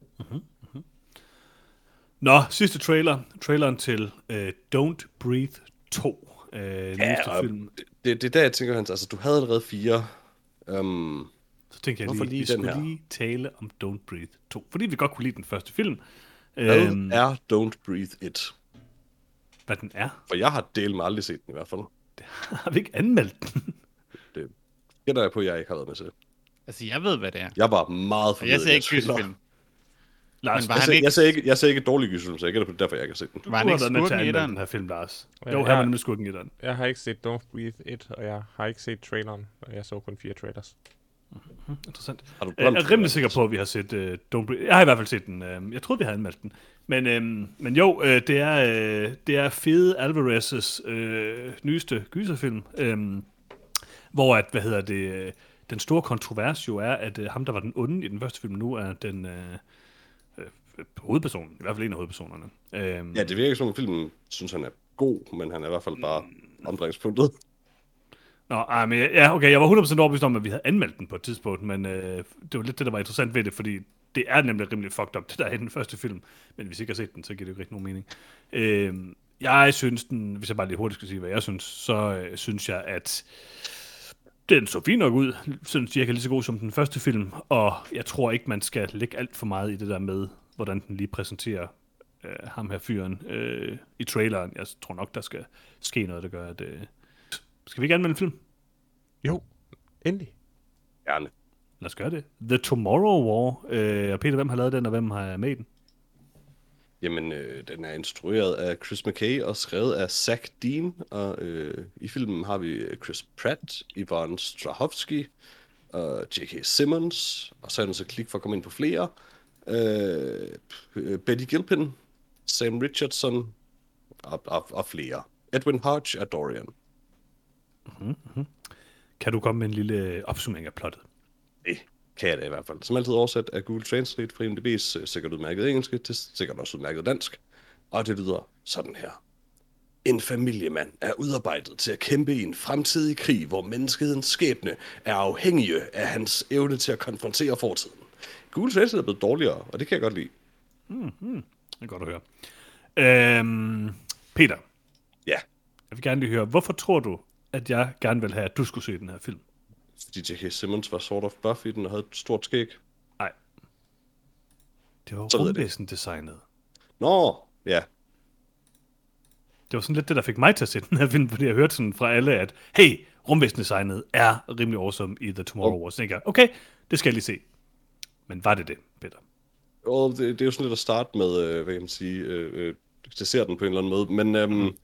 Nå, sidste trailer. Traileren til Don't Breathe 2. Næste film. Det er der, jeg tænker, Hans, altså du havde allerede 4. Så tænkte jeg lige, vi skulle lige tale om Don't Breathe 2. Fordi vi godt kunne lide den første film. Hvad er Don't Breathe 1? Hvad den er? For jeg har delt mig aldrig set den i hvert fald. Det har vi ikke anmeldt den. Det gætter jeg på, at jeg ikke har været med til. Altså, jeg ved, hvad det er. Jeg var meget forvirret. Jeg ser ikke gyserfilm. Lars, jeg ser ikke dårlig gyserfilm, så jeg gætter på det, derfor jeg ikke har set den. Var han ikke skurken i den her film, Lars? Ja, jo, her var nemlig skurken i den. Jeg har ikke set Don't Breathe 1, og jeg har ikke set traileren, og jeg så kun 4 trailers. Interessant. Jeg er rimelig sikker på, at vi har set Don't Breathe. Jeg har i hvert fald set den. Jeg troede, vi havde anmeldt den. Men jo, det er Fede Alvarez's nyeste gyserfilm, hvor at, den store kontrovers jo er, at ham, der var den onde i den første film nu, er den hovedpersonen. I hvert fald en af hovedpersonerne. Ja, det virker som, at filmen synes, han er god, men han er i hvert fald bare omdrejningspunktet. Nå, men ja, okay, jeg var 100% overbevist om, at vi havde anmeldt den på et tidspunkt, men det var lidt det, der var interessant ved det, fordi det er nemlig rimelig fucked up, det der er i den første film. Men hvis ikke har set den, så giver det jo ikke nogen mening. Jeg synes den, hvis jeg bare lige hurtigt skal sige, hvad jeg synes, så synes jeg, at Den så fint nok ud, sådan cirka lige så god som den første film, og jeg tror ikke, man skal lægge alt for meget i det der med, hvordan den lige præsenterer ham her fyren i traileren. Jeg tror nok, der skal ske noget, der gør, at... Skal vi ikke anmelde en film? Jo, endelig. Gerne. Lad os gøre det. The Tomorrow War. Og Peter, hvem har lavet den, og hvem har med den? Jamen, den er instrueret af Chris McKay og skrevet af Zach Dean, og i filmen har vi Chris Pratt, Yvonne Strahovski og J.K. Simmons, og så er den så klik for at komme ind på flere. Betty Gilpin, Sam Richardson og flere. Edwin Hodge og Dorian. Mm-hmm. Kan du komme med en lille opsummering af plottet? Det kan jeg da i hvert fald. Som altid oversat af Google Translate fra IMDb's sikkert udmærket engelske til sikkert også udmærket dansk. Og det lyder sådan her. En familiemand er udarbejdet til at kæmpe i en fremtidig krig, hvor menneskehedens skæbne er afhængige af hans evne til at konfrontere fortiden. Google Translate er blevet dårligere, og det kan jeg godt lide. Det er godt at høre. Peter. Ja. Jeg vil gerne lige høre, hvorfor tror du, at jeg gerne vil have, at du skulle se den her film? Fordi J.K. Simmons var sort of buff i den og havde et stort skæg. Nej. Det var rumvæsendesignet. Nå, ja. Det var sådan lidt det, der fik mig til at se den her film, fordi jeg hørte sådan fra alle, at hey, rumvæsendesignet er rimelig awesome i The Tomorrow War. Så tænker jeg, okay, det skal jeg lige se. Men var det, Peter? Og det er jo sådan lidt at starte med, hvad kan man sige, det ser den på en eller anden måde, men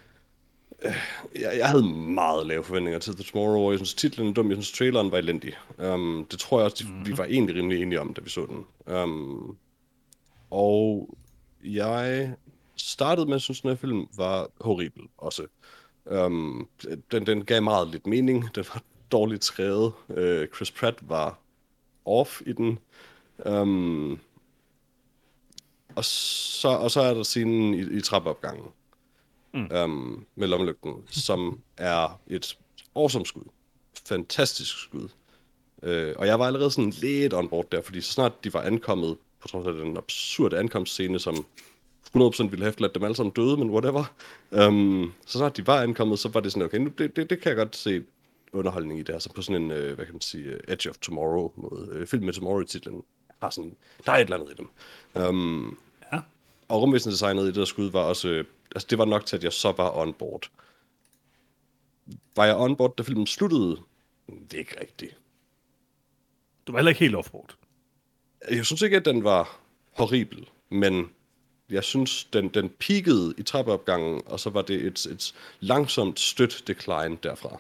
jeg havde meget lave forventninger til The Tomorrow War. Jeg synes, titlen er dum, jeg synes, traileren var elendig. Det tror jeg også, vi var egentlig rimelig enige om, da vi så den. Og jeg startede med at synes, at den her film var horribel også. Den gav meget lidt mening. Den var dårligt skrevet. Chris Pratt var off i den. Og så er der scenen i trappeopgangen med lommelygten, som er et awesome skud. Fantastisk skud. Og jeg var allerede sådan lidt on board der, fordi så snart de var ankommet, på trods af den absurde ankomstscene, som 100% ville have efterladt dem alle sammen døde, men whatever. Så snart de var ankommet, så var det sådan, okay, nu, det kan jeg godt se underholdning i det, altså på sådan en, hvad kan man sige, Edge of Tomorrow, måde, film med Tomorrow i titlen. Der er et eller andet i dem. Ja. Og rumvæsendesignet i det der skud var også, altså det var nok til, at jeg så var on board. Var jeg on board, da filmen sluttede? Det er ikke rigtigt. Du var heller ikke helt off-board. Jeg synes ikke, at den var horribel, men jeg synes, den peakede i trappeopgangen, og så var det et langsomt stødt decline derfra.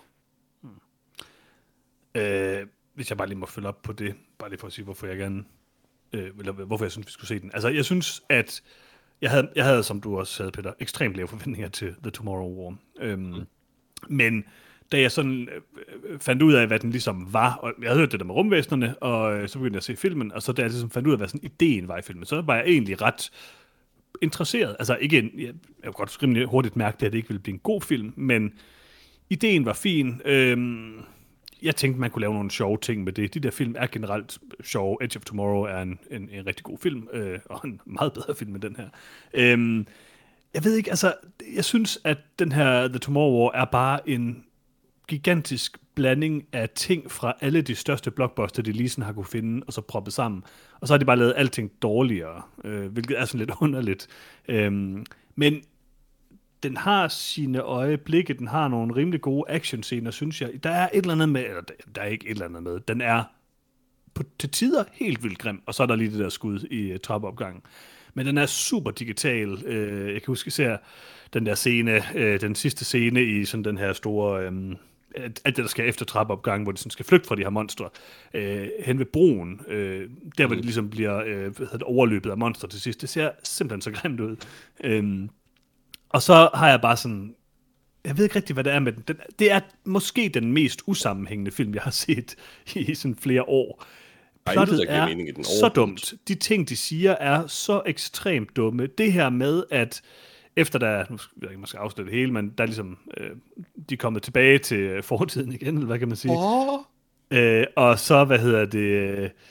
Hvis jeg bare lige må følge op på det, bare lige for at sige, hvorfor jeg gerne, eller hvorfor jeg synes, vi skulle se den. Altså, jeg synes, at jeg havde, som du også sagde, Peter, ekstremt lave forventninger til The Tomorrow War. Men da jeg sådan fandt ud af, hvad den ligesom var, og jeg havde hørt det der med rumvæsenerne, og så begyndte jeg at se filmen, og så da jeg ligesom fandt ud af, hvad sådan ideen var i filmen, så var jeg egentlig ret interesseret. Altså ikke jeg kunne godt rimelig hurtigt mærke, at det ikke ville blive en god film, men ideen var fin. Jeg tænkte, man kunne lave nogle sjove ting med det. De der film er generelt sjove. Edge of Tomorrow er en rigtig god film, og en meget bedre film end den her. Jeg ved ikke, altså, jeg synes, at den her The Tomorrow War er bare en gigantisk blanding af ting fra alle de største blockbuster, de lige sådan har kunne finde, og så proppet sammen. Og så har de bare lavet alting dårligere, hvilket er sådan lidt underligt. Men den har sine øjeblikke, den har nogle rimelig gode actionscener, synes jeg. Der er et eller andet med, eller der er ikke et eller andet med, den er til tider helt vildt grim, og så er der lige det der skud i trappeopgangen. Men den er super digital. Jeg kan huske især den der scene, den sidste scene i sådan den her store, alt det der skal efter trappeopgangen, hvor de sådan skal flygte fra de her monstre, hen ved broen, der hvor det ligesom bliver overløbet af monstre til sidst. Det ser simpelthen så grimt ud. Og så har jeg bare sådan, jeg ved ikke rigtig, hvad det er med den. Det er måske den mest usammenhængende film, jeg har set i sådan flere år. Plottet er så dumt. De ting, de siger, er så ekstremt dumme. Det her med, at efter der, nu ved jeg ikke, man skal afslutte det hele, men der er ligesom, de er kommet tilbage til fortiden igen, eller hvad kan man sige? Og så,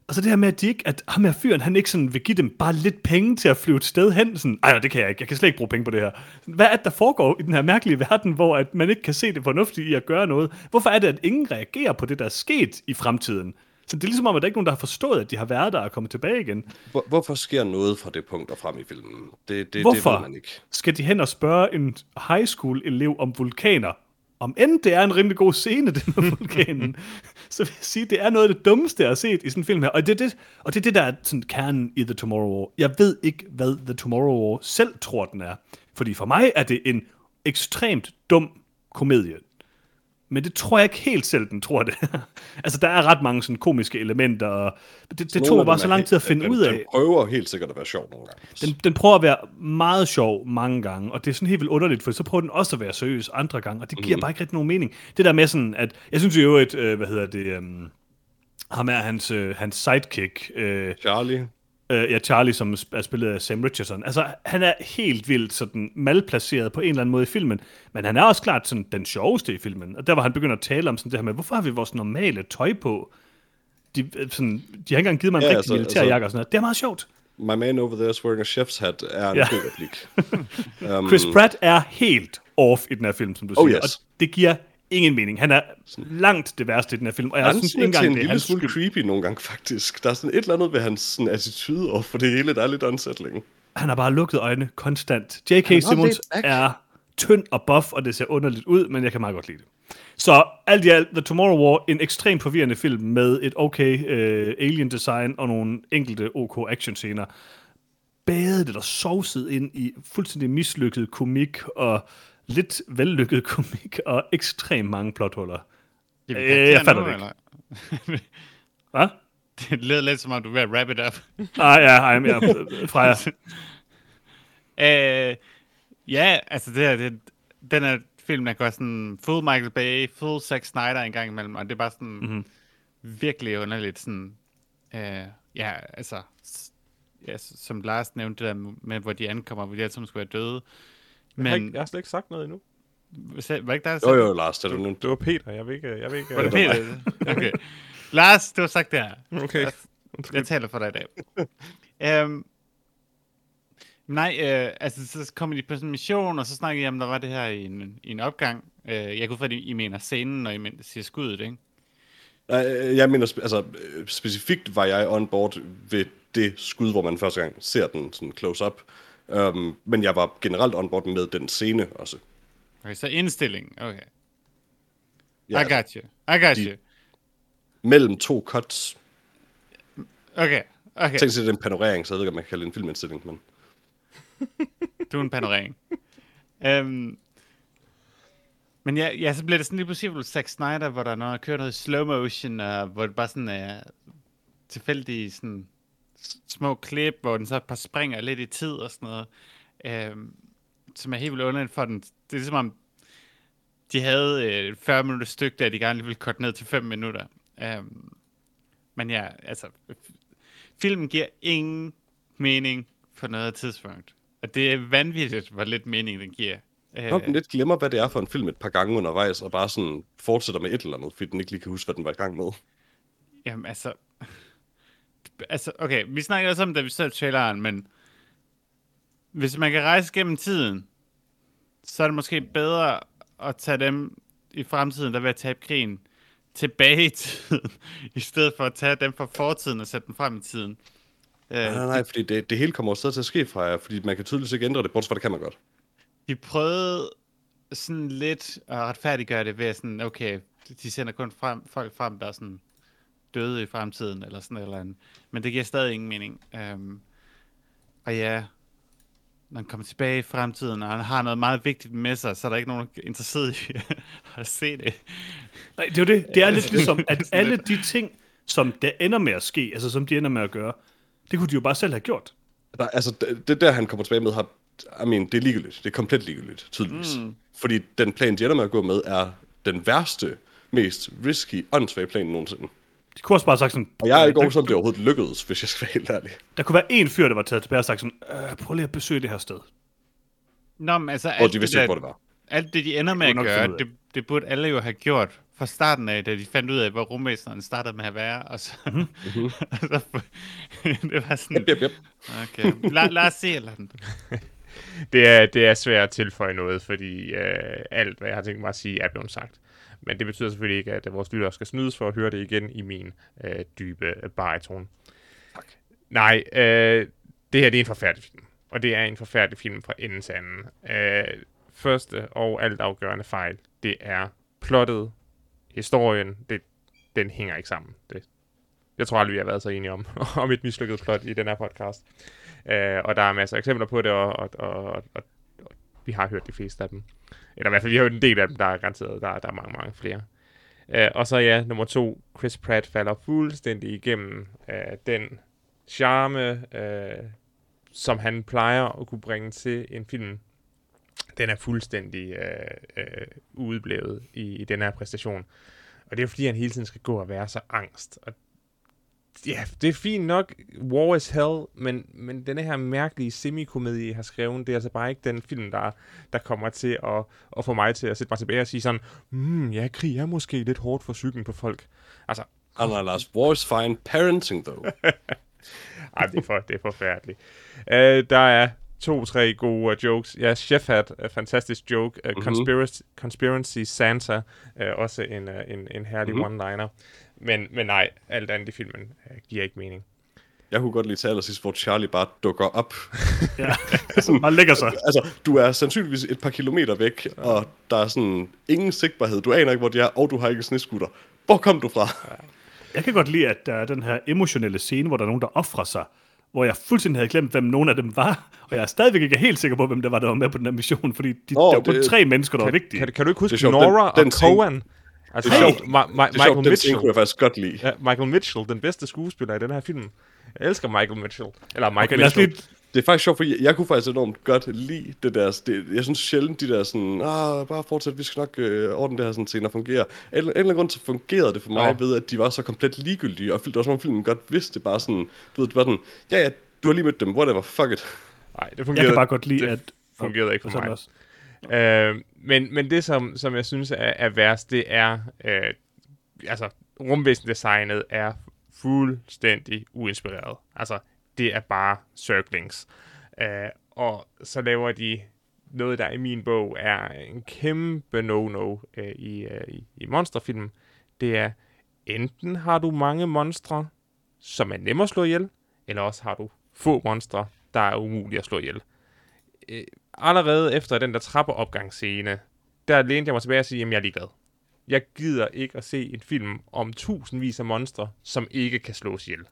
Altså det her med, at ham her fyren, han ikke sådan vil give dem bare lidt penge til at flyve et sted hen. Sådan, ej, det kan jeg ikke. Jeg kan slet ikke bruge penge på det her. Hvad er det, der foregår i den her mærkelige verden, hvor at man ikke kan se det fornuftige i at gøre noget? Hvorfor er det, at ingen reagerer på det, der er sket i fremtiden? Så det er ligesom om, at der ikke er nogen, der har forstået, at de har været der og kommet tilbage igen. Hvorfor sker noget fra det punkt og frem i filmen? Det Hvorfor ved man ikke. skal de hen og spørge en high school-elev om vulkaner? Om end det er en rimelig god scene, det med vulkanen, så vil jeg sige, det er noget af det dummeste, jeg har set i sådan en film her. Og det er det, der er sådan kernen i The Tomorrow War. Jeg ved ikke, hvad The Tomorrow War selv tror, den er. Fordi for mig er det en ekstremt dum komedie. Men det tror jeg ikke helt selv, den tror det. Altså, der er ret mange sådan komiske elementer, og det tog mig bare så lang tid at finde ud af. Den prøver helt sikkert at være sjov nogle gange. Den prøver at være meget sjov mange gange, og det er sådan helt vildt underligt, for så prøver den også at være seriøs andre gange, og det giver bare ikke rigtig nogen mening. Det der med sådan, at jeg synes jo, at, ham er hans sidekick. Charlie. Charlie, som er spillet af Sam Richardson. Altså, han er helt vildt sådan malplaceret på en eller anden måde i filmen, men han er også klart sådan den sjoveste i filmen. Og der var han begyndt at tale om sådan det her med, hvorfor har vi vores normale tøj på? De har ikke engang givet mig en rigtig militærjakke og sådan noget. Det er meget sjovt. My man over there is wearing a chef's hat er en god replik. Chris Pratt er helt off i den her film, som du siger. Yes. Og det giver ingen mening. Han er langt det værste i den her film, og jeg synes ikke engang, det er hans skyld. Han er en lille smule creepy nogle gange, faktisk. Der er sådan et eller andet ved hans sådan, attitude over for det hele, der er lidt unsettling. Han har bare lukket øjne konstant. J.K. Simmons er tynd og buff, og det ser underligt ud, men jeg kan meget godt lide det. Så alt i alt, The Tomorrow War, en ekstremt forvirrende film med et okay alien design og nogle enkelte OK actionscener. Badet eller sovset ind i fuldstændig mislykket komik og lidt vellykket komik og ekstremt mange plothuller. Jeg fatter det ikke. Hvad? Det lyder lidt som om, du er ved at wrap it up. Freja. Ja, altså den er film, der går sådan full Michael Bay, full Zack Snyder en gang imellem, og det er bare sådan virkelig underligt sådan, som Lars nævnte det der med, hvor de ankommer, hvor de alle sammen skulle være døde. Men jeg har slet ikke sagt noget endnu. Var ikke der, jo, Lars, det var det var Peter, jeg vil ikke... Var det Peter? Okay. Lars, du har sagt det her. Okay. Jeg taler for dig i dag. Altså, så kommer de på sådan en mission, og så snakker jeg om, der var det her i en opgang. Jeg kunne for, at I mener scenen, når I siger skuddet, ikke? Jeg mener, altså, specifikt var jeg on board ved det skud, hvor man første gang ser den sådan close-up. Men jeg var generelt on board med den scene også. Okay, så indstilling, okay. Ja, I got you. Mellem to cuts. Okay. Tænk sig, det er en panorering, så jeg ved ikke, om man kan kalde det en filmindstilling, men... Du er en panorering. Men ja, så bliver det sådan lige pludselig Zack Snyder, hvor der kører noget i slow motion, og hvor det bare sådan er tilfældige sådan små klip, hvor den så bare springer lidt i tid og sådan noget, som er helt vildt underligt for den. Det er ligesom om, de havde 40 minutter stykke, der de gerne ville korte ned til 5 minutter. Men ja, altså, filmen giver ingen mening på noget tidspunkt. Og det er vanvittigt, hvor lidt mening den giver. Den lidt glemmer, hvad det er for en film et par gange undervejs, og bare sådan fortsætter med et eller andet, fordi den ikke lige kan huske, hvad den var i gang med. Jamen altså, okay, vi snakkede også om, da vi så traileren, men hvis man kan rejse gennem tiden, så er det måske bedre at tage dem i fremtiden, der vil tabe krigen, tilbage i tiden, i stedet for at tage dem fra fortiden og sætte dem frem i tiden. Nej, fordi det hele kommer også til at ske fra jer, fordi man kan tydeligvis ikke ændre det, bortset fra det kan man godt. De prøvede sådan lidt at retfærdiggøre det ved sådan, okay, de sender kun folk frem, der er sådan døde i fremtiden, eller sådan eller andet. Men det giver stadig ingen mening. Og ja, når han kommer tilbage i fremtiden, og han har noget meget vigtigt med sig, så er der ikke nogen interesseret i at se det. Nej, det er jo det. Det er lidt ligesom, at alle de ting, som der ender med at ske, altså som de ender med at gøre, det kunne de jo bare selv have gjort. Det der, han kommer tilbage med, det er ligegyldigt. Det er komplet ligegyldigt, tydeligvis. Fordi den plan, de ender med at gå med, er den værste, mest risky, åndssvage plan nogensinde. De kunne også bare sagt sådan... Og jeg er ikke overbevist om, det overhovedet lykkedes, hvis jeg skal være helt ærlig. Der kunne være en fyr, der var taget tilbage og sagt sådan, prøv lige at besøge det her sted. Nå, men altså... Og de vidste ikke, hvor det var. Alt det, de ender med at gøre, det burde alle jo have gjort fra starten af, da de fandt ud af, hvor rumvæsenerne startede med at være, og så... og så det var sådan... Yep. Okay, lad os se, eller den. Det er svært at tilføje noget, fordi alt, hvad jeg har tænkt mig at sige, er blevet sagt. Men det betyder selvfølgelig ikke, at vores lyttere skal snydes for at høre det igen i min dybe bariton. Tak. Nej, det her det er en forfærdelig film. Og det er en forfærdelig film fra ende til anden. Første og altafgørende fejl, det er plottet, historien, den hænger ikke sammen. Jeg tror aldrig, vi har været så enige om et mislykket plot i den her podcast. Og der er masser af eksempler på det, og vi har hørt de fleste af dem. Eller i hvert fald, vi har hørt en del af dem, der er garanteret. Der er mange flere. Og så ja, nummer 2, Chris Pratt falder fuldstændig igennem den charme, som han plejer at kunne bringe til en film. Den er fuldstændig udeblevet i den her præstation. Og det er fordi, han hele tiden skal gå og være så angst. Og ja, det er fint nok, War is Hell, men denne her mærkelige semikomedie, jeg har skrevet, det er altså bare ikke den film, der kommer til at få mig til at sætte mig tilbage og sige sådan, ja, krig er måske lidt hårdt for psyken på folk. Altså... Lars, war is fine parenting, though. Ej, det er forfærdeligt. Der er 2-3 gode jokes. Ja, Chef Hat, fantastisk joke. Conspiracy Santa, også en herlig one-liner. Men nej, alt andet i filmen giver ikke mening. Jeg kunne godt lide til allersidst, hvor Charlie bare dukker op. Ja, og lægger sig. Altså, du er sandsynligvis et par kilometer væk, og der er sådan ingen sigtbarhed. Du aner ikke, hvor de er, og du har ikke en sneskutter. Hvor kom du fra? Jeg kan godt lide, at der er den her emotionelle scene, hvor der er nogen, der offrer sig, hvor jeg fuldstændig havde glemt, hvem nogen af dem var, og jeg er stadigvæk ikke helt sikker på, hvem der var med på den her mission, fordi der var kun 3 mennesker, der var vigtige. Kan du ikke huske Nora og Cohen? Altså, det er sjovt. Michael Mitchell. Den scene kunne jeg faktisk godt lide. Ja, Michael Mitchell, den bedste skuespiller i den her film. Jeg elsker Michael Mitchell. Eller Michael Mitchell. Det er faktisk sjovt, fordi jeg kunne faktisk enormt godt lide det der. Jeg synes sjældent, de der sådan, bare fortsæt, vi skal nok ordne det her sådan scener fungerer. En eller anden grund, så fungerede det for mig ved, at de var så komplet ligegyldige, og det var som om filmen godt vidste det bare sådan, du ved, det var sådan, ja, du har lige mødt dem, whatever, fuck it. Nej, det fungerede. Jeg kan bare godt lide, at fungerede ikke for mig. Også. Men det, som jeg synes er værst, det er, altså, rumvæsendesignet er fuldstændig uinspireret. Altså, det er bare circlings. Og så laver de noget, der i min bog er en kæmpe no-no i monsterfilm. Det er, enten har du mange monstre, som er nemme at slå ihjel, eller også har du få monstre, der er umulige at slå ihjel. Allerede efter den der trappeopgangsscene, der lænede jeg mig tilbage og sige, jamen jeg er ligeglad. Jeg gider ikke at se en film om tusindvis af monstre, som ikke kan slås ihjel.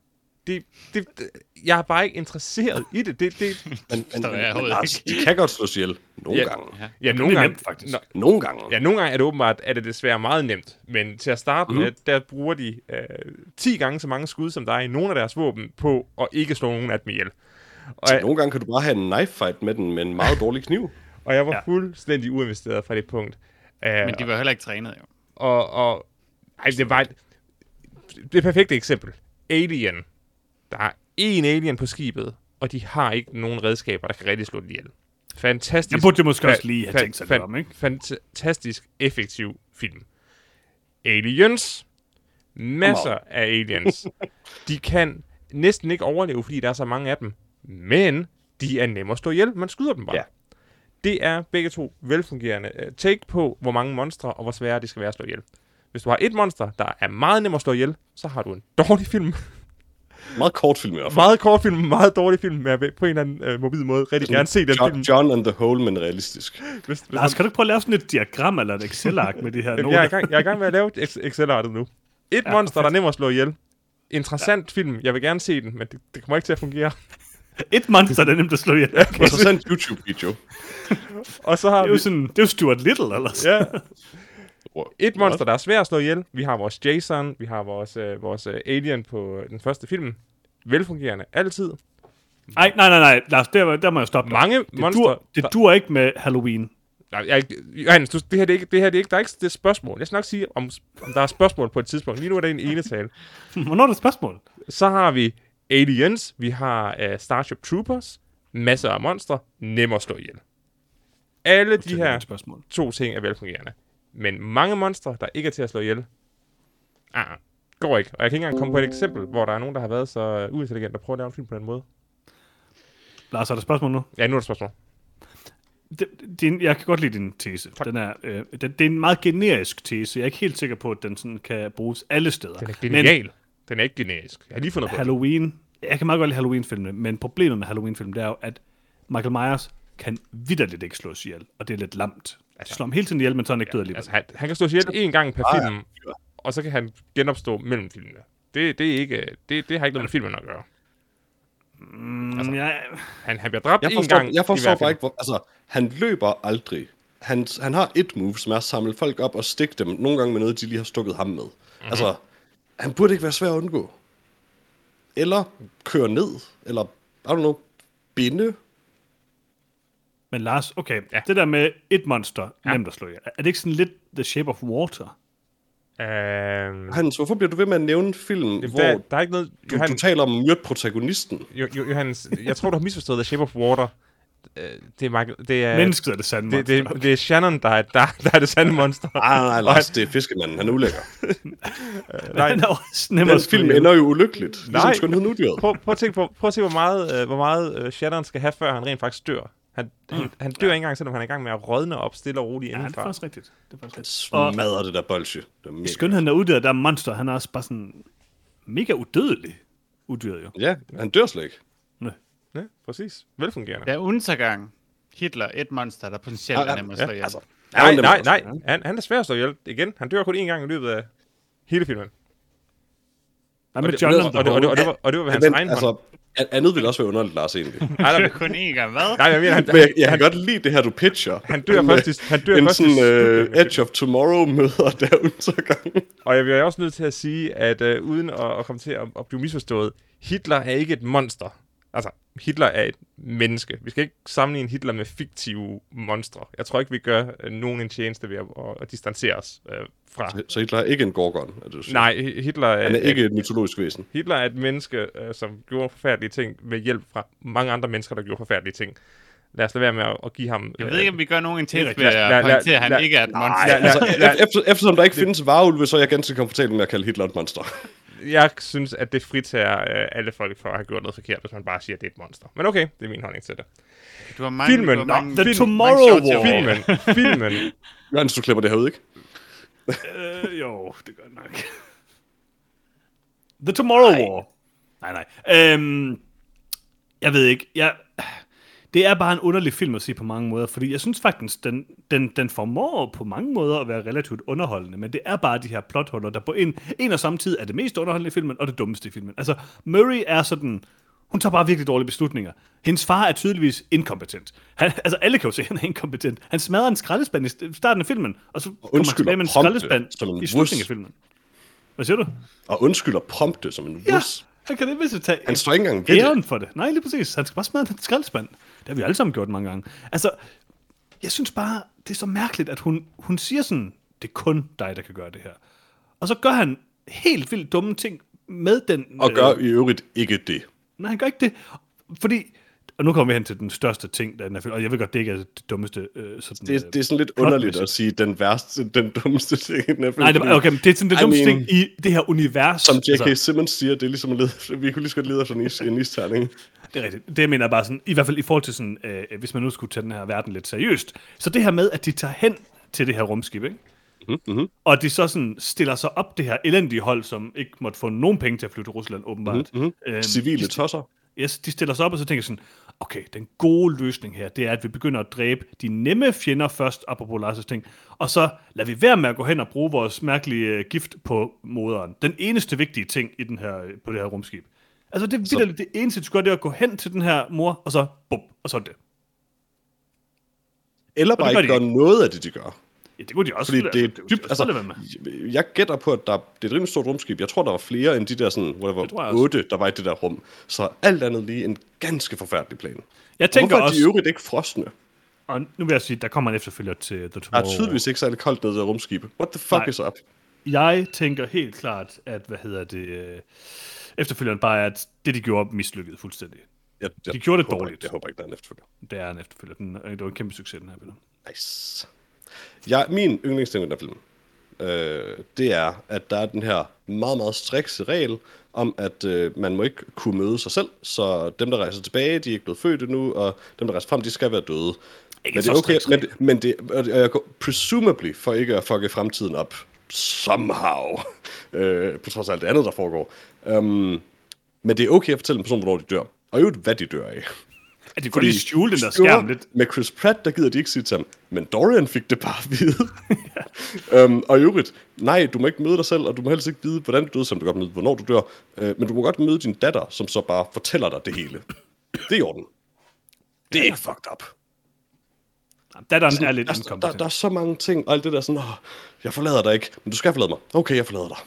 Jeg er bare ikke interesseret i det. Men de kan godt slås ihjel. Nogle gange. Ja, nogle gange. Nemt, faktisk. Nogle gange. Ja, nogle gange er det åbenbart, at det desværre meget nemt. Men til at starte med, der bruger de 10 gange så mange skud, som der er i nogle af deres våben, på at ikke slå nogen af dem ihjel. Nogle gange kan du bare have en knife fight med den med en meget dårlig kniv. Og jeg var fuldstændig uinvesteret fra det punkt. Men de var heller ikke trænet, jo. Det er bare det perfekte eksempel. Alien. Der er én alien på skibet, og de har ikke nogen redskaber, der kan rigtig slå den ihjel. Fantastisk. Jeg burde måske også lige have tænkt sig det om, ikke? Fantastisk effektiv film. Aliens. Masser af aliens. De kan næsten ikke overleve, fordi der er så mange af dem. Men de er nemme at slå ihjel. Man skyder dem bare. Ja. Det er begge to velfungerende take på, hvor mange monstre og hvor svære de skal være at slå ihjel. Hvis du har et monster, der er meget nem at slå ihjel, så har du en dårlig film. Meget kort film i hvert fald. Meget kort film, meget dårlig film, men jeg vil på en eller anden mobil måde rigtig gerne se den film. John and the Hole, men realistisk. Lars, kan du ikke prøve at lave sådan et diagram eller et Excel-ark med de her noter? Jeg er i gang med at lave et Excel-arket nu. Et monster, der er nem at slå ihjel. Interessant film, jeg vil gerne se den, men det kommer ikke til at fungere. Et monster, der er nemt at slå ihjel. Okay. Interessant YouTube-video. Og så har det er jo Stuart Little, eller ja. Et monster, der er svært at slå ihjel. Vi har vores Jason, vi har vores Alien på den første film. Velfungerende, altid. Nej, Lars, der må jeg stoppe. Mange monster... Det dur ikke med Halloween. Nej, Johannes, det her er ikke, der er ikke det spørgsmål. Jeg skal nok sige, om der er spørgsmål på et tidspunkt. Lige nu er det en enetale. Hvornår er der spørgsmål? Så har vi Aliens, vi har Starship Troopers, masser af monstre, nemme at slå ihjel. Alle de her 2 ting er velfungerende. Men mange monstre, der ikke er til at slå ihjel, går ikke. Og jeg kan ikke engang komme på et eksempel, hvor der er nogen, der har været så uintelligent og prøve at lave en film på den måde. Lars, er der spørgsmål nu? Ja, nu er der spørgsmål. Jeg kan godt lide din tese. Det er en meget generisk tese. Jeg er ikke helt sikker på, at den sådan kan bruges alle steder. Den er genial. Den er ikke generisk. Jeg har lige fundet på Halloween. Jeg kan meget godt lide Halloween-filmene, men problemet med Halloween-film, det er jo, at Michael Myers kan vitterligt ikke slås ihjel, og det er lidt lamt. Altså, slår ham hele tiden ihjel, men så er han ikke død alligevel. Altså, han kan slås ihjel én gang per film, og så kan han genopstå mellem filmene. Det har ikke noget med filmen at gøre. Han bliver dræbt én gang. Jeg forstår bare ikke, hvor... Altså, han løber aldrig. Han har et move, som er at samle folk op og stikke dem, nogle gange med noget, de lige har stukket ham med. Mm-hmm. Altså, han burde ikke være svær at undgå. Eller køre ned, eller, I don't know, binde. Men Lars, okay, det der med et monster, nemt at slå ihjel. Er det ikke sådan lidt The Shape of Water? Hans, hvorfor bliver du ved med at nævne film, hvor der er ikke noget, du taler om myrd-protagonisten? Johannes, jeg tror, du har misforstået The Shape of Water. Det er mennesket er det sande monster. Det er Shannon, der er det sande monster. Nej, Lars, det er fiskemanden. Han er ulækker. Han er også nemmere. Den film ender jo ulykkeligt. Ligesom Skønheden Uddyret. Prøv at tænke på, hvor meget Shannon skal have, før han rent faktisk dør. Han dør ikke engang, selvom han er i gang med at rådne op stille og roligt indenfor. Ja, det er faktisk rigtigt. Han smadrer det der bolsje. I Skønheden Uddyret, der er monster. Han er også bare sådan mega udødelig. Uddyret jo. Ja, han dør slet ikke. Ja, præcis. Velfungerende. Der er Untergang. Hitler, et monster, der potentielt er nemmere at slå ihjel. Altså, nej. Han er svær at slå ihjel. Igen, han dør kun én gang i løbet af hele filmen. Og det var ved hans egen hånd. Andet vil også være underligt, Lars, egentlig. Han dør kun én gang, hvad? Nej, jeg mener, jeg kan godt lide det her, du pitcher. Han dør faktisk. En sådan Edge of Tomorrow møder der Untergang. Og jeg bliver også nødt til at sige, at uden at komme til at blive misforstået, Hitler er ikke et monster. Altså, Hitler er et menneske. Vi skal ikke sammenligne Hitler med fiktive monstre. Jeg tror ikke, vi gør nogen en tjeneste ved at distancere os fra. Så Hitler er ikke en gorgon, er det du siger? Nej, Hitler er... Han er ikke et mytologisk væsen. Hitler er et menneske, som gjorde forfærdelige ting med hjælp fra mange andre mennesker, der gjorde forfærdelige ting. Lad os lade være med at give ham... Jeg ved ikke, om vi gør nogen en tjeneste ved at pointere, at han ikke er et monster. Eftersom der ikke findes varulve, så er jeg ganske komfortabel med at kalde Hitler et monster. Jeg synes, at det fritager alle folk for at have gjort noget forkert, hvis man bare siger, at det er et monster. Men okay, det er min holdning til det. Du har mange, filmen. The Tomorrow War. Filmen. Jørgens, du klipper det her ud, ikke? Jo, det gør nok. The Tomorrow War. Nej. Jeg ved ikke. Det er bare en underlig film at se på mange måder, fordi jeg synes faktisk, den formår på mange måder at være relativt underholdende, men det er bare de her plothuller, der på en og samme tid er det mest underholdende i filmen, og det dummeste i filmen. Altså, Murray er sådan... Hun tager bare virkelig dårlige beslutninger. Hendes far er tydeligvis inkompetent. Altså, alle kan jo se, at han er inkompetent. Han smadrer en skraldespand i starten af filmen, og så kommer han tilbage med en skraldespand i slutningen af filmen. Hvad siger du? Og undskylder prompte som en vus. Han kan det vist tage han står ikke engang ved æren for det. Nej, lige præcis. Han skal bare smadre en skraldespand. Det har vi alle sammen gjort mange gange. Altså, jeg synes bare, det er så mærkeligt, at hun siger sådan, det er kun dig, der kan gøre det her. Og så gør han helt vildt dumme ting med den... Og gør i øvrigt ikke det. Nej, han gør ikke det. Fordi... Og nu kommer vi hen til den største ting, der er den her film. Og jeg ved godt, det ikke er det dummeste... sådan, det er sådan lidt underligt at sige den dummeste ting i den her film. Nej, det er sådan det dummeste ting i det her univers. Som J.K. Simmons siger, det er ligesom at lede... Vi kunne lige så godt lede efter en isterning. Det er rigtigt. Det mener jeg bare sådan, i hvert fald i forhold til sådan, hvis man nu skulle tage den her verden lidt seriøst. Så det her med, at de tager hen til det her rumskib, ikke? Mm-hmm. Og de så sådan stiller sig op det her elendige hold, som ikke måtte få nogen penge til at flyve til Rusland, åbenbart. Mm-hmm. Civile tosser. Yes, de stiller sig op, og så tænker sådan, okay, den gode løsning her, det er, at vi begynder at dræbe de nemme fjender først, apropos Lars' ting, og så lader vi være med at gå hen og bruge vores mærkelige gift på moderen. Den eneste vigtige ting i den her, på det her rumskib. Altså, det er vildt, det eneste, du skal gøre, det er at gå hen til den her mor, og så bum, og så det. Eller bare ikke gøre noget af det, de gør. Ja, det kunne de også. Fordi det er dybt, altså, jeg gætter på, at det er et rimelig stort rumskib. Jeg tror, der var flere end de der sådan, whatever, 8, der var i det der rum. Så alt andet lige en ganske forfærdelig plan. Jeg tænker hvorfor også... er de øvrigt ikke frosne? Og nu vil jeg sige, der kommer en efterfølger til The Tomorrow. Der er tydeligvis ikke særlig koldt nede i det rumskib. What the fuck is up? Jeg tænker helt klart, at, efterfølgeren bare er, at det, de gjorde, mislykkede fuldstændig. De gjorde det dårligt. Jeg håber ikke, der er en efterfølger. Det er en efterfølger. Det var en kæmpe succes, den her film. Nice. Min yndlingsting med den film, det er, at der er den her meget, meget strikse regel om, at man må ikke kunne møde sig selv, så dem, der rejser tilbage, de er ikke blevet født endnu, og dem, der rejser frem, de skal være døde. Ikke Men det er okay, men det jeg går presumably for ikke at fucke fremtiden op somehow, på trods af alt det andet, der foregår. Men det er okay at fortælle en person, hvornår de dør. Og jo, hvad de dør af. At de kunne lige skjule den der skærm lidt. Med Chris Pratt, der gider de ikke sige til ham, men Dorian fik det bare at vide. Og i øvrigt, nej, du må ikke møde dig selv, og du må helst ikke vide, hvordan du døde, som du godt møde, hvornår du dør. Men du må godt møde din datter, som så bare fortæller dig det hele. Det er i orden. Det er ikke fucked up. Datteren er lidt inkompetent. Der er så mange ting, og alt det der sådan, jeg forlader dig ikke, men du skal forlade mig. Okay, jeg forlader dig.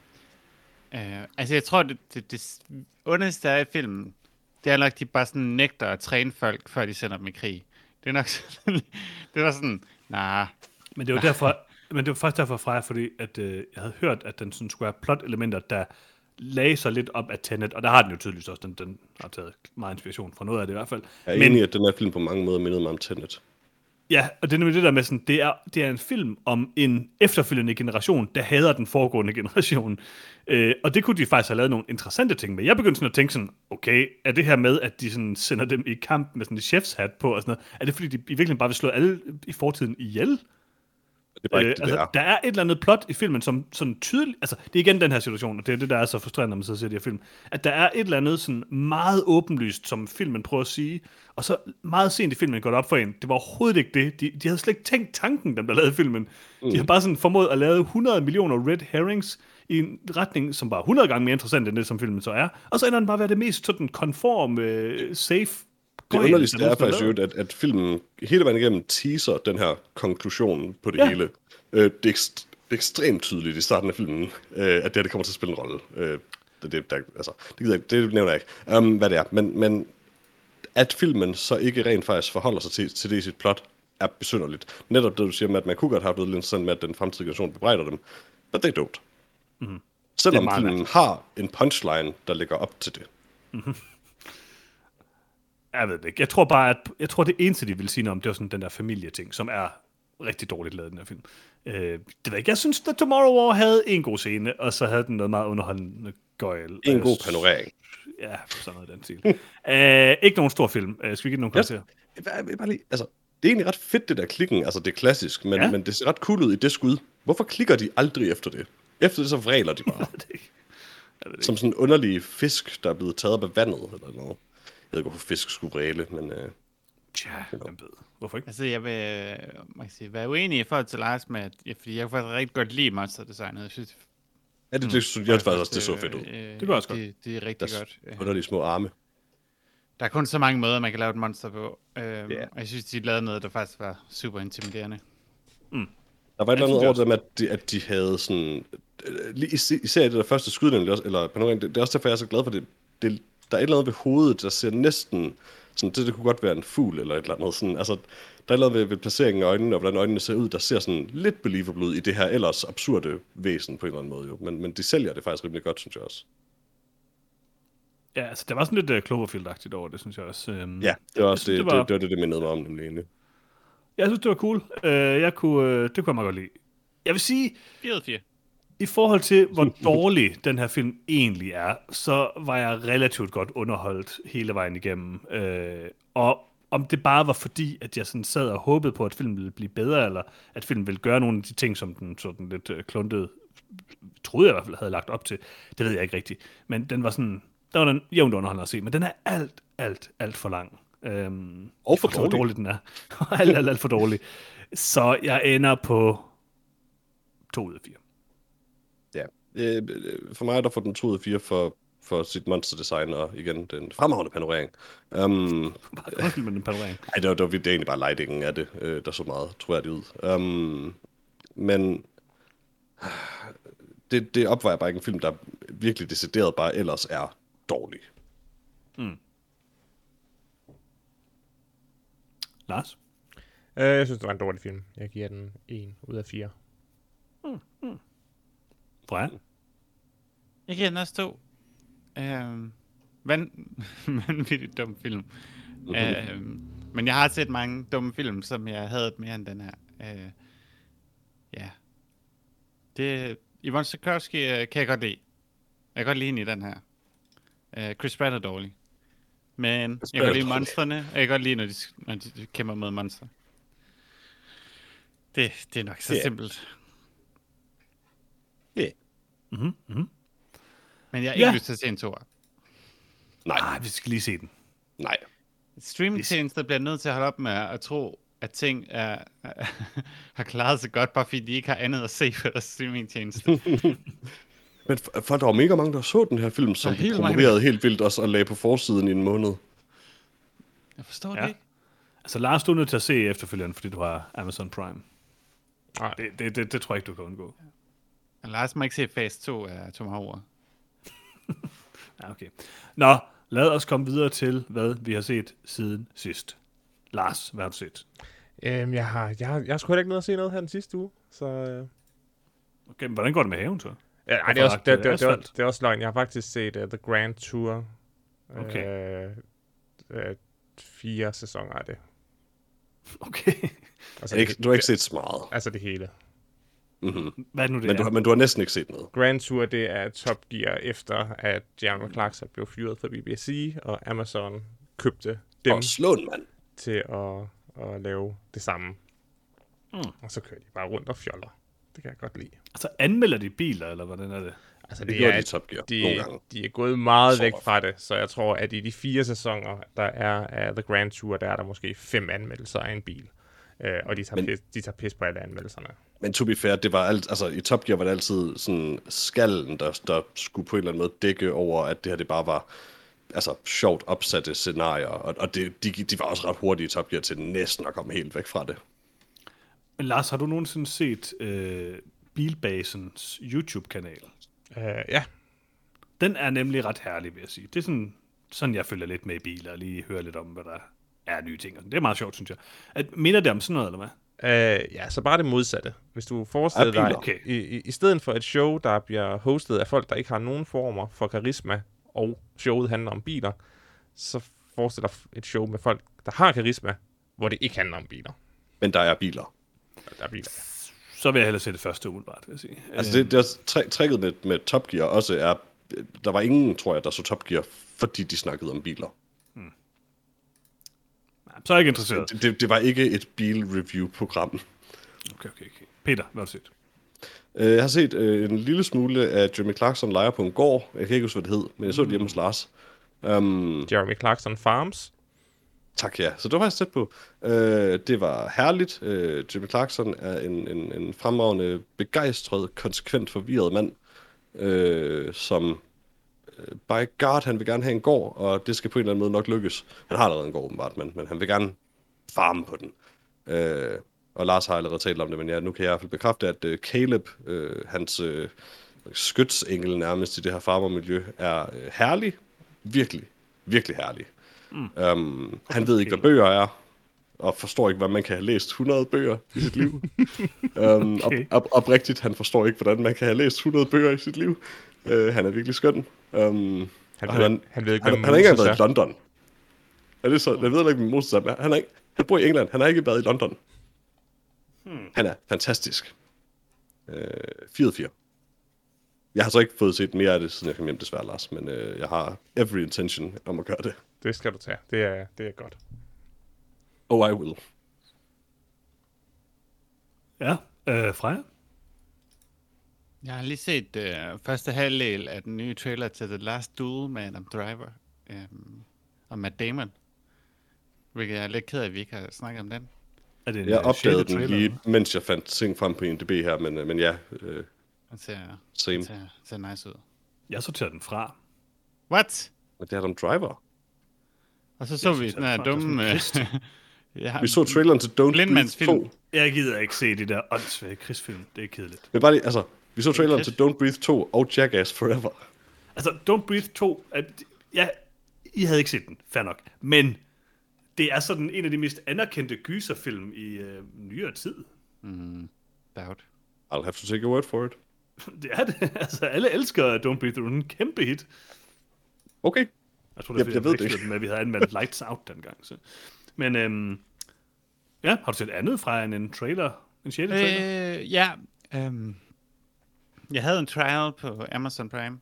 Altså, jeg tror, det underligste er i filmen, det er nok, de bare sådan nægter at træne folk, før de sender dem i krig. Det er nok sådan, det var sådan, Men det var derfor, men det var faktisk derfor fra, fordi at, jeg havde hørt, at den sådan skulle have plot-elementer, der lagde sig lidt op af Tenet, og der har den jo tydeligvis også, den har taget meget inspiration fra noget af det i hvert fald. Jeg er enig i, at den her film på mange måder mindede mig om Tenet. Ja, og det er nemlig det der med sådan, det er en film om en efterfølgende generation, der hader den foregående generation. Og det kunne de faktisk have lavet nogle interessante ting med. Jeg begyndte sådan at tænke sådan, okay, er det her med, at de sådan sender dem i kamp med sådan en chefshat på og sådan noget, er det fordi, de i virkeligheden bare vil slå alle i fortiden ihjel? Det er bare ikke det, der er et eller andet plot i filmen, som sådan tydeligt... Altså, det er igen den her situation, og det er det, der er så frustrerende, når man sidder og ser de her film. At der er et eller andet sådan meget åbenlyst, som filmen prøver at sige, og så meget sent i filmen går det op for en. Det var overhovedet ikke det. De havde slet ikke tænkt tanken, dem der lavede filmen. De har bare sådan formået at lave 100 millioner red herrings i en retning, som var 100 gange mere interessant, end det, som filmen så er. Og så ender den bare være det mest sådan konform, safe. Det underligste er faktisk jo, at filmen hele vejen igennem teaser den her konklusion på det hele. Det er ekstremt tydeligt i starten af filmen, at det kommer til at spille en rolle. Det nævner jeg ikke, hvad det er. Men at filmen så ikke rent faktisk forholder sig til det i sit plot, er besynderligt. Netop det, du siger med, at man kunne godt have blevet lidt sådan med, at den fremtidige generation bebrejder dem. Men det er dumt. Mm-hmm. Selvom filmen har en punchline, der ligger op til det. Mm-hmm. Jeg ved det ikke. Jeg tror bare, at det eneste, de vil sige noget om, det var sådan den der familieting, som er rigtig dårligt lavet, den her film. Det ved jeg ikke. Jeg synes, at Tomorrow War havde en god scene, og så havde den noget meget underholdende gøjl. En god panorering. Ja, sådan noget den stil. Ikke nogen stor film. Skal vi give nogen karakter? Altså, det er egentlig ret fedt, det der klikken. Altså, det er klassisk, men det ser ret cool ud i det skud. Hvorfor klikker de aldrig efter det? Efter det, så vræler de bare. Jeg ved det som sådan en underlig fisk, der er blevet taget op af vandet, eller noget. Jeg ved ikke, hvorfor fisk skulle vræle, men... Tja, hvem ved. Hvorfor ikke? Altså, jeg vil være uenig i forhold til Lars med, fordi jeg kan faktisk rigtig godt lide monsterdesignet. Jeg synes, jeg faktisk også, det så fedt ud. Det går også godt. Det er rigtig godt. Underlige små arme. Der er kun så mange måder, man kan lave et monster på. Og jeg synes, de lavede noget, der faktisk var super intimiderende. Der var et eller andet over det med, at de havde sådan... Især i det der første skydning, eller panorering, det er også derfor, jeg er så glad for det. Der er et eller andet ved hovedet, der ser næsten... Sådan, det kunne godt være en fugl eller et eller andet. Sådan, altså, der er noget ved placeringen af øjnene, og hvordan øjnene ser ud, der ser sådan lidt believable ud i det her ellers absurde væsen på en eller anden måde. Jo. Men de sælger det faktisk rimelig godt, synes jeg også. Ja, altså, der var sådan lidt Cloverfield-agtigt over det, synes jeg også. Ja, det var også det mindede mig om, nemlig egentlig. Jeg synes, det var cool. Det kunne jeg meget godt lide. Jeg vil sige... 4/4. I forhold til, hvor dårlig den her film egentlig er, så var jeg relativt godt underholdt hele vejen igennem. Og om det bare var fordi, at jeg sådan sad og håbede på, at filmen ville blive bedre, eller at filmen ville gøre nogle af de ting, som den sådan lidt kluntede, troede jeg i hvert fald havde lagt op til. Det ved jeg ikke rigtigt. Men den var sådan, der var den jævnt underholdende at se, men den er alt for lang. Og for dårlig. Dårlig den er. alt for dårlig. Så jeg ender på 2/4. Ja, for mig der får den 2/4 for sit monsterdesign, og igen, den fremragende panorering. Med den panorering. Nej, det er egentlig bare lightingen af det, der så meget troværdigt ud. Men det opvejer bare ikke en film, der virkelig decideret bare ellers er dårlig. Lars? Jeg synes, det var en dårlig film. Jeg giver den 1/4. Freja? Jeg giver den også 2. Vanvittigt dum film. Men jeg har set mange dumme film, som jeg havde mere end den her. Ja. Det, Yvonne Strahovski kan jeg godt lide. Jeg kan godt lide hende i den her. Chris Pratt er dårlig. Men jeg kan godt lide monstrene, og jeg kan godt lide, når de kæmper mod monstre. Det er nok så simpelt. Ja. Men jeg har ikke lyst til at se en toer. Nej. Vi skal lige se den. Nej. Streamingtjenester bliver nødt til at holde op med at tro, at ting har klaret sig godt, bare fordi de ikke har andet at se for deres streamingtjeneste. Men for der var mega mange, der så den her film, som de promoverede helt vildt også, og lagde på forsiden i en måned. Jeg forstår det ikke. Altså, Lars, du er nødt til at se efterfølgeren, fordi du har Amazon Prime. Nej. Det tror jeg ikke, du kan undgå. Og Lars må ikke se fase 2 af Tom Hauer. Ja, okay. Nå, lad os komme videre til, hvad vi har set siden sidst. Lars, hvad har du set? Jeg har sgu heller ikke noget at se noget her den sidste uge, så... Okay, hvordan går det med haven, så? Ja, nej, det er også løgn. Jeg har faktisk set The Grand Tour. Okay. 4 sæsoner af det. Okay. Altså, du har ikke set så meget. Altså det hele. Mm-hmm. Hvad er det nu, det men du har næsten ikke set noget. Grand Tour, det er Top Gear efter, at Jeremy Clarkson blev fyret fra BBC, og Amazon købte dem slå en mand til at lave det samme. Og så kører de bare rundt og fjoller. Det kan jeg godt lide. Altså anmelder de biler, eller hvordan er det? Altså, det gjorde de Top Gear nogle gange. De er gået meget væk fra det, så jeg tror, at i de 4 sæsoner, der er af The Grand Tour, der er der måske 5 anmeldelser af en bil. Og de tager pis på alle anmeldelserne. Men to be fair, det var altså i Top Gear var det altid sådan skallen, der skulle på en eller anden måde dække over, at det her det bare var altså sjovt opsatte scenarier, og de var også ret hurtige i Top Gear til næsten at komme helt væk fra det. Men Lars, har du nogensinde set Bilbasens YouTube-kanal? Ja. Den er nemlig ret herlig, vil jeg sige. Det er sådan jeg følger lidt med i biler, og lige hører lidt om, hvad der er nye ting. Det er meget sjovt, synes jeg. Minder det om sådan noget, eller hvad? Ja, så bare det modsatte. Hvis du forestiller dig, okay. i stedet for et show, der bliver hostet af folk, der ikke har nogen former for karisma, og showet handler om biler, så forestil dig et show med folk, der har karisma, hvor det ikke handler om biler. Men der er biler. Der er biler, ja. Så vil jeg hellere se det første umiddelbart, vil jeg sige. Altså det er tricket med Top Gear også er, der var ingen, tror jeg, der så Top Gear, fordi de snakkede om biler. Så er jeg ikke interesseret. Det var ikke et bil-review-program. Okay. Peter, hvad har du set? Jeg har set en lille smule af Jeremy Clarkson leger på en gård. Jeg kan ikke huske, hvad det hed, men jeg så det hjemme hos Lars. Jeremy Clarkson Farms. Tak, ja. Så det var jeg tæt på. Det var herligt. Jeremy Clarkson er en fremragende, begejstret, konsekvent forvirret mand, som by God, han vil gerne have en gård, og det skal på en eller anden måde nok lykkes. Han har allerede en gård, åbenbart, men han vil gerne farme på den. Og Lars har allerede talt om det, men ja, nu kan jeg i hvert fald bekræfte, at Caleb, hans skytsengel nærmest i det her farmermiljø, er herlig. Virkelig, virkelig herlig. Han ved ikke, hvad bøger er, og forstår ikke, hvad man kan have læst 100 bøger i sit liv. Oprigtigt, han forstår ikke, hvordan man kan have læst 100 bøger i sit liv. Han er virkelig skøn. Han har ikke engang været i London. Er det så? Jeg ved ikke, hvad Moses er. Han bor i England. Han har ikke været i London. Han er fantastisk. 4/4. Jeg har så ikke fået set mere af det, siden jeg kom hjem desværre, Lars, men jeg har every intention om at gøre det. Det skal du tage. Det er godt. Oh, I will. Ja, Freja? Jeg har lige set første halvdel af den nye trailer til The Last Duel med Adam Driver og Matt Damon. Hvilket jeg er lidt ked af, at vi ikke har snakket om den. Jeg opdagede den lige, mens jeg fandt ting frem på IMDb her, men ja. Den ser nice ud. Jeg sorterer den fra. What? Det er Adam Driver. Og så vi den her dumme... Vi så traileren til Don't Breathe 2. Jeg gider ikke se de der åndssvage krigsfilm. Det er kedeligt. Men bare lige, altså, vi så traileren til Don't Breathe 2 og Jackass Forever. Altså, Don't Breathe 2, ja, I havde ikke set den, fair nok. Men det er sådan en af de mest anerkendte gyserfilm i nyere tid. Doubt. I'll have to take your word for it. Det er det. Altså, alle elsker Don't Breathe 2. En kæmpe hit. Okay. Jeg tror, det er, jeg ved det med, at vi havde anmeldt Lights Out dengang. Så. Men ja, har du set andet fra en trailer, En 6. trailer? Ja. Jeg havde en trial på Amazon Prime,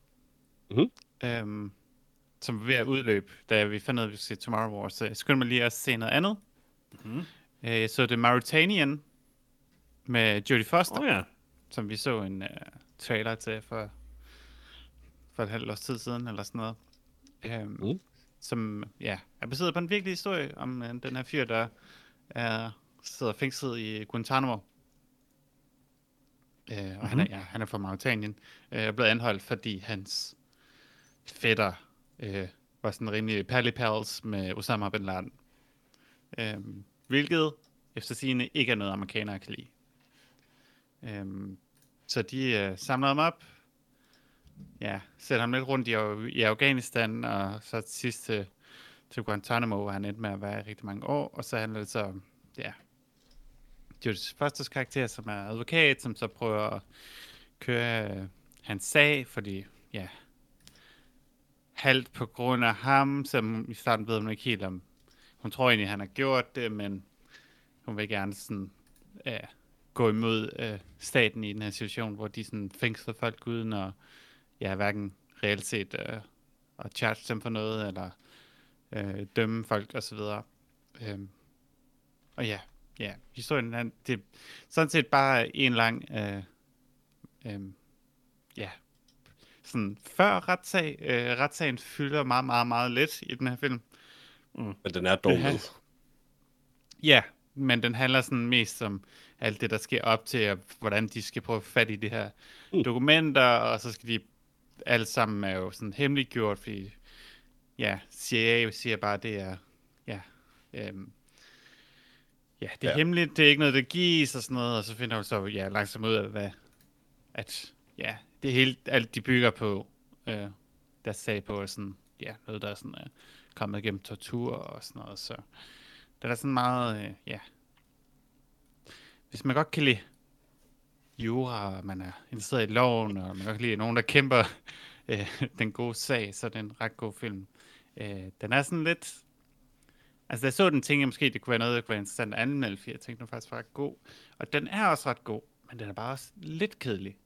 som var ved at udløbe, da vi fandt ud af, at vi skulle se Tomorrow War. Så jeg skyndte mig lige at se noget andet. Jeg så The Mauritanian med Jodie Foster, som vi så en trailer til for et halvt års tid siden, eller sådan noget. Som er baseret på en virkelig historie om den her fyr, der sidder fængslet i Guantanamo. Og han er fra Mauritanien. Er blevet anholdt, fordi hans fætter var sådan rimelig pally-pals med Osama bin Laden. Hvilket efter sigende ikke er noget, amerikanere kan lide. Så de samler ham op, sætter ham lidt rundt i Afghanistan, og så sidst til Guantanamo, hvor han endte med at være i rigtig mange år, og så handler det så om, Jodie Fosters karakter, som er advokat, som så prøver at køre hans sag, fordi, halvt på grund af ham, som i starten ved hun ikke helt om, hun tror egentlig, han har gjort det, men hun vil gerne sådan, gå imod staten i den her situation, hvor de sådan fængsler folk uden at, hverken reelt set at charge dem for noget, eller dømme folk, og så videre. Og historien, det er sådan set bare en lang, sådan før retssag. Retssagen fylder meget, meget, meget lidt i den her film. Men den er dog med. Ja, men den handler sådan mest om alt det, der sker op til, og hvordan de skal prøve at få fat i de her dokumenter, og så skal de alle sammen er jo sådan hemmeliggjort, fordi CIA siger bare, det er det er hemmeligt, det er ikke noget, der gives og sådan noget, og så finder hun så langsomt ud af, det hele, alt de bygger på, deres sag på, sådan, noget, der er sådan, kommet igennem tortur og sådan noget, så det er sådan meget, hvis man godt kan lide jura, og man er interesseret i loven, og man godt kan lide nogen, der kæmper den gode sag, så er det en ret god film. Den er sådan lidt, altså da jeg så den, tænkte jeg måske, det kunne være noget, der kunne være interessant at anmelde, for jeg tænkte, den faktisk var ret god. Og den er også ret god, men den er bare også lidt kedelig.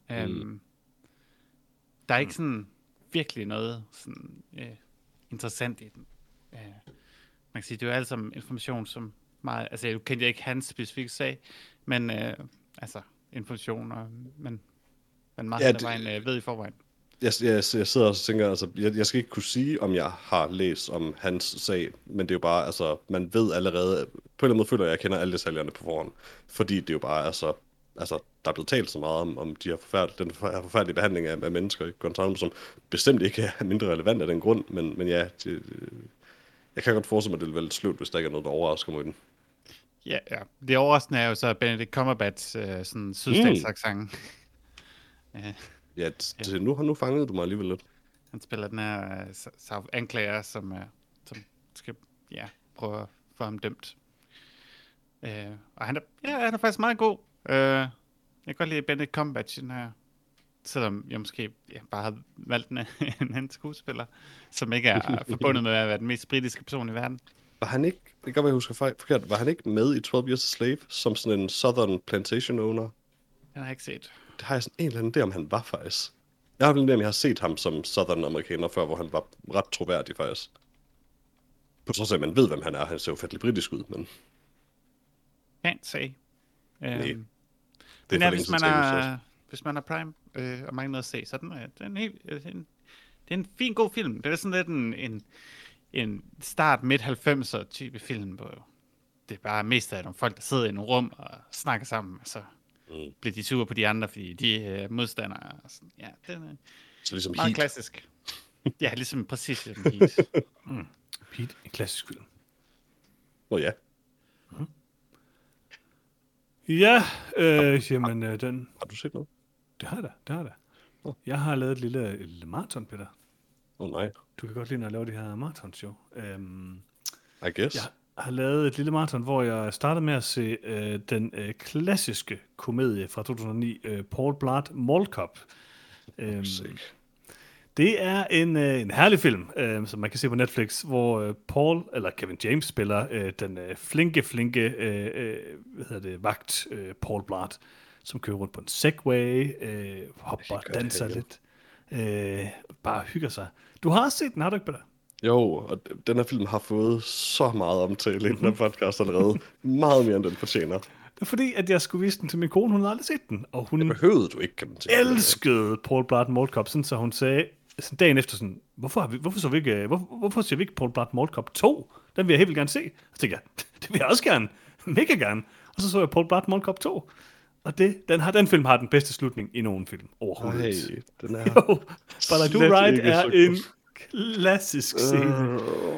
Der er ikke sådan virkelig noget sådan, interessant i den. Man kan sige, det er jo alt sammen information, som meget, altså jeg kendte ikke hans specifikke sag, men informationer, men meget af vejen ved i forvejen. Jeg sidder og tænker, altså, jeg skal ikke kunne sige, om jeg har læst om hans sag, men det er jo bare, altså, man ved allerede, på en eller anden måde føler jeg kender alle detaljerne på forhånd, fordi det er jo bare, altså, der er blevet talt så meget om de her den forfærdelige behandling af mennesker i Guantanamo, som bestemt ikke er mindre relevant af den grund, men jeg kan godt forestille mig, at det vil være lidt sløvt, hvis der ikke er noget, der overrasker mig i den. Ja. Det overraskende er jo så Benedict Cumberbatch, sådan sydstatsaccent. Nu fangede du mig alligevel lidt. Han spiller den her anklager, som skal prøve at få ham dømt. Og han er faktisk meget god. Jeg kan godt lide Benedict Cumberbatch i den her, selvom jeg måske bare har valgt en anden skuespiller, som ikke er forbundet med at være den mest britiske person i verden. Var han ikke, det kan godt være, jeg husker forkert, var han ikke med i 12 Years a Slave, som sådan en Southern Plantation owner? Den har jeg ikke set. Det har jeg sådan en eller anden idé, om han var faktisk. Jeg har vel en idé, om jeg har set ham som Southern amerikaner før, hvor han var ret troværdig faktisk. På trods af, at man ved, hvem han er. Han ser jo fattelig britisk ud, men... Can't say. Nej. Det men hvis man har Prime og mangler noget at se, så det er en fin, god film. Det er sådan lidt en start midt-90'er type film, hvor det er bare mest af nogle folk, der sidder i nogle rum og snakker sammen, og så bliver de sure på de andre, fordi de er modstandere. Og sådan. Ja, den er så ligesom meget Heat. Klassisk. Ja, ligesom præcis ligesom Heat. Heat, en klassisk film. Ja. Ja, jamen den... Har du set noget? Det har jeg da. Jeg har lavet et lille maraton, Peter. Nej. Du kan godt lide, når jeg laver de her marathonshow. I guess. Jeg har lavet et lille maraton, hvor jeg startede med at se den klassiske komedie fra 2009, Paul Blart Mall Cop. Det er en herlig film, som man kan se på Netflix, hvor Kevin James spiller den flinke vagt, Paul Blart, som kører rundt på en Segway, hopper og danser lidt, bare hygger sig. Du har også set den, har du ikke, Peter? Jo, og den her film har fået så meget omtale i den her podcast allerede. Meget mere, end den fortjener. Det er fordi, at jeg skulle vise den til min kone, hun havde aldrig set den, og hun behøvede du ikke, kan man sige. Elskede Paul Blart Mall Cop, sådan, så hun sagde sådan dagen efter sådan, hvorfor ser vi ikke Paul Blart Mall Cop 2? Den vil jeg helt vildt gerne se. Så tænkte jeg, det vil jeg også gerne, mega gerne. Og så jeg Paul Blart Mall Cop 2. Og den film har den bedste slutning i nogen film overhovedet. Hey, den er jo, But I Do Right er en klassisk scene.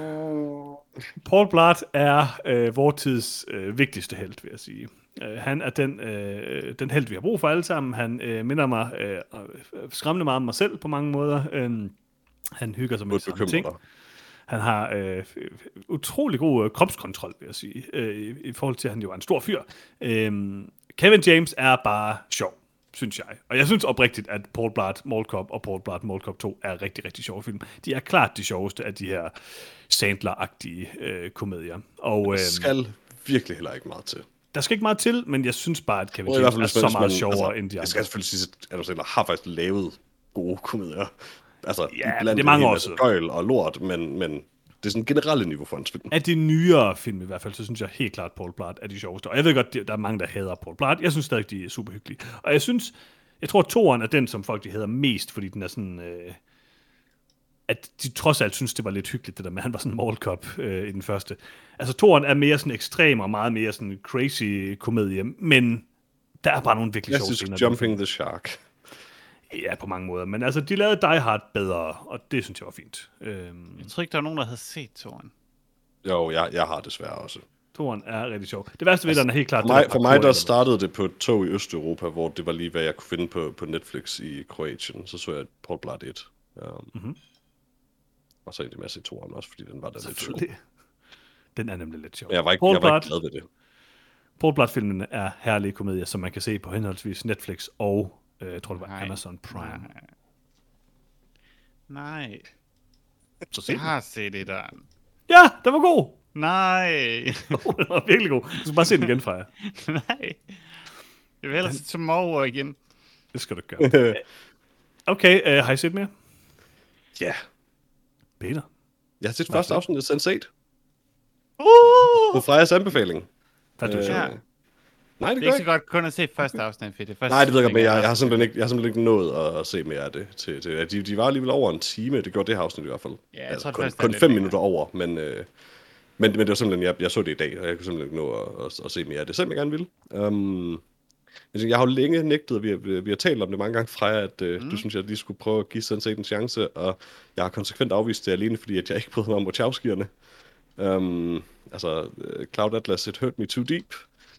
Paul Blart er vor tids vigtigste helt, vil jeg sige. Han er den helt, vi har brug for alle sammen. Han minder mig skræmmende meget om mig selv på mange måder. Han hygger sig med samme ting. Han har utrolig god kropskontrol, vil jeg sige, i forhold til, at han jo er en stor fyr. Kevin James er bare sjov, synes jeg. Og jeg synes oprigtigt, at Paul Blart Mall Cop og Paul Blart Mall Cop 2 er rigtig, rigtig sjove film. De er klart de sjoveste af de her Sandler-agtige komedier. Og skal virkelig heller ikke meget til. Der skal ikke meget til, men jeg synes bare, at Kevin James er så meget sjovere end de andre. Jeg skal selvfølgelig sige, at Adam Sandler har faktisk lavet gode komedier. Altså, ja, det er mange år siden. Gøjl og lort, men det er sådan generelle niveau for en film. Af de nyere film i hvert fald, så synes jeg helt klart, Paul Blart er de sjoveste. Og jeg ved godt, der er mange, der hader Paul Blart. Jeg synes stadig, de er super hyggelige. Og jeg tror, at 2'eren er den, som folk de hader mest, fordi den er sådan... at de trods alt synes, det var lidt hyggeligt, det der med, at han var sådan en mall cop i den første. Altså, 2'eren er mere sådan ekstrem og meget mere sådan crazy komedie, men der er bare nogle virkelig sjove scener. Jumping the Shark. Ja, på mange måder. Men altså, de lavede Die Hard bedre, og det synes jeg var fint. Jeg tror ikke, der er nogen, der havde set 2'eren. Jo, jeg har desværre også. 2'eren er rigtig sjov. Det værste ved den er helt klart... For mig, der startede det på et tog i Østeuropa, hvor det var lige, hvad jeg kunne finde på Netflix i Kroatien. Så jeg Paul Blart 1. Og så egentlig med at se 2'eren også, fordi den var der lidt sjov. Den er nemlig lidt sjov. Jeg var ikke glad ved det. Paul Blart-filmen er herlige komedier, som man kan se på henholdsvis Netflix og jeg tror, det var Amazon Prime. Nej. Så jeg har set det der. Ja, den var god. Nej. Den var virkelig god. Du skal bare se den igen, Freja. Nej. Jeg vil hellere se Tomorrow igen. Det skal du gøre. Okay, har I set mere? Ja. Peter? Jeg har set første afsnit af Sense8. På Frejas anbefaling. Nej, det er ikke så godt kun at se første afsnit, for det første. Nej, det ved jeg godt, men jeg har simpelthen ikke nået at se mere af det. De var alligevel over en time, det gjorde det her afsnit i hvert fald. Ja, jeg tror, kun 5 minutter over, men det var simpelthen, jeg så det i dag, og jeg kunne simpelthen ikke nå at se mere af det, selvom jeg gerne ville. Jeg har jo længe nægtet, vi har talt om det mange gange fra, at du synes, jeg lige skulle prøve at give Sense8 en chance, og jeg har konsekvent afvist det alene, fordi at jeg ikke bryder mig om Wachowskierne. Cloud Atlas, It Hurt Me Too Deep.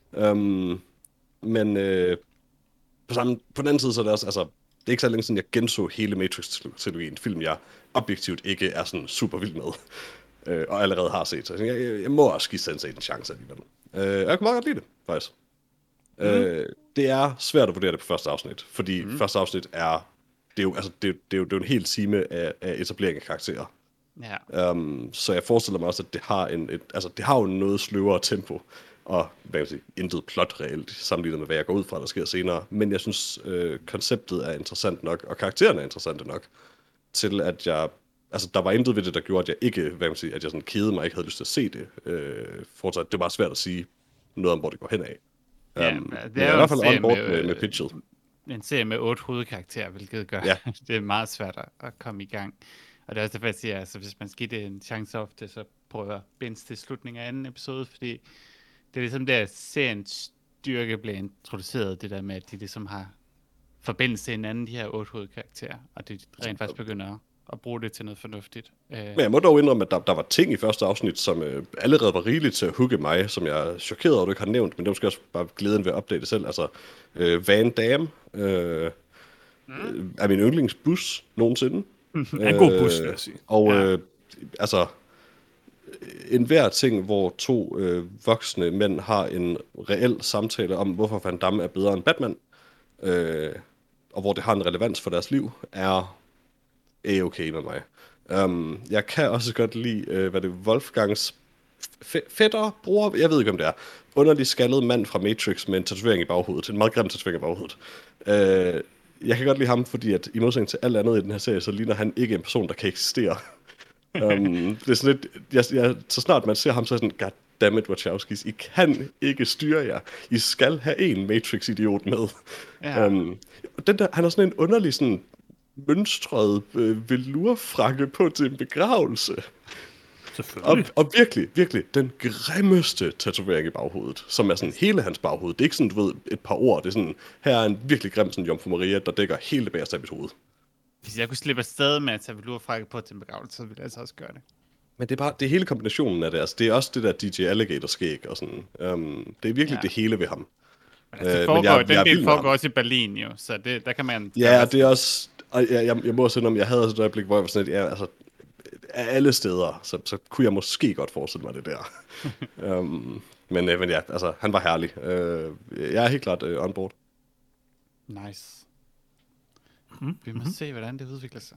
Men på den anden side, så er det også, det er ikke så længe siden, jeg genså hele Matrix-trilogien, film jeg objektivt ikke er sådan super vild med, og allerede har set. Så jeg må også give Sense8 en chance alligevel. Jeg kan meget godt lide det, faktisk. Det er svært at vurdere det på første afsnit, fordi første afsnit er, det er jo en hel time af etablering af karakterer. Ja. Så jeg forestiller mig også, at det har det har jo noget sløvere tempo, og hvad kan jeg sige, intet plot reelt, sammenlignet med, hvad jeg går ud fra, der sker senere. Men jeg synes, konceptet er interessant nok, og karaktererne er interessante nok, til at jeg... der var intet ved det, der gjorde, at jeg ikke, hvad kan man sige, at jeg sådan kedede mig, ikke havde lyst til at se det. Fortsat, det var svært at sige noget om, hvor det går hen af. Ja, det er i hvert fald on board med pitchet. En serie med 8 hovedkarakterer, hvilket gør, det er meget svært at komme i gang. Og det er også derfor, jeg siger, hvis man skal give det en chance ofte, så prøver at bindes til slutningen af anden episode, fordi det er ligesom der, seriens styrke bliver introduceret, det der med, at de ligesom har forbindelse til hinanden, de her 8 hovedkarakterer, og det rent faktisk begynder at bruge det til noget fornuftigt. Men jeg må dog indrømme, at der var ting i første afsnit, som allerede var rigeligt til at hugge mig, som jeg er chokeret over, at du ikke har nævnt, men det er måske også bare glæden ved at opdage det selv. Van Damme er min yndlingsbus nogensinde. En god bus, vil jeg sige. Og enhver ting, hvor 2 voksne mænd har en reel samtale om, hvorfor Van Damme er bedre end Batman, og hvor det har en relevans for deres liv, er okay med mig. Jeg kan også godt lide, hvad det er, Wolfgangs fætter, bror, jeg ved ikke, om det er. Underlig skaldet mand fra Matrix med en tatovering i baghovedet. En meget grim tatovering i baghovedet. Jeg kan godt lide ham, fordi at i modsætning til alt andet i den her serie, så ligner han ikke en person, der kan eksistere. Det er sådan lidt, så snart man ser ham, så er sådan, goddammit, Wachowskis, I kan ikke styre jer. I skal have en Matrix-idiot med. Ja. Han har sådan en underlig, sådan, mønstret velurfrakke på til en begravelse. Og virkelig, den grimmeste tatovering i baghovedet, som er sådan hele hans baghoved. Det er ikke sådan, du ved, et par ord. Det er sådan, her er en virkelig grim sådan Jomfru Maria, der dækker hele det bagerste af mit hoved. Hvis jeg kunne slippe afsted med at tage velurfrakke på til en begravelse, så ville jeg altså også gøre det. Men det er bare, det er hele kombinationen af det. Altså, det er også det der DJ Alligator skæg og sådan. Det er virkelig det hele ved ham. Den del foregår også i Berlin jo, så der kan man... Ja, det er også... Jeg må også sige, om jeg havde et øjeblik, hvor jeg var sådan lidt, altså, af alle steder, så kunne jeg måske godt forestille mig det der. Men ja, altså, han var herlig. Jeg er helt klart on board. Nice. Vi må se, hvordan det udvikler sig.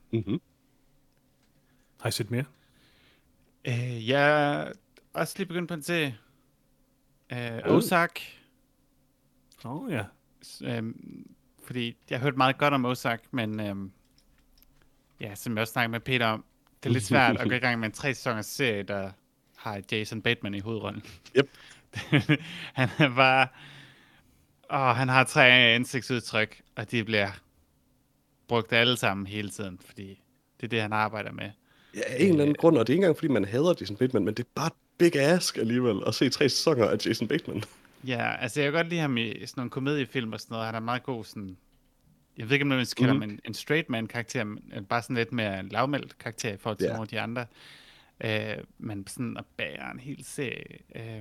Har I set mere? Jeg er også lige begyndt på en serie. Ozark. Ja. Fordi jeg har hørt meget godt om Ozark, men som jeg også snakkede med Peter om, det er lidt svært at gå i gang med en 3 sæsoners serie, der har Jason Bateman i hovedrollen. Yep. Han er bare... han har 3 ansigtsudtryk, og de bliver brugt alle sammen hele tiden, fordi det er det, han arbejder med. Ja, en eller anden grund, og det er ikke engang, fordi man hader Jason Bateman, men det er bare big ask alligevel at se 3 sæsoner af Jason Bateman. Ja, altså jeg kan godt lide ham i sådan nogle komediefilm og sådan noget. Han er meget god sådan... Jeg ved ikke, om man skal kalde ham en straight man karakter, men bare sådan lidt mere en lavmældt karakter i forhold til nogle af de andre. Men sådan at bære en hel serie.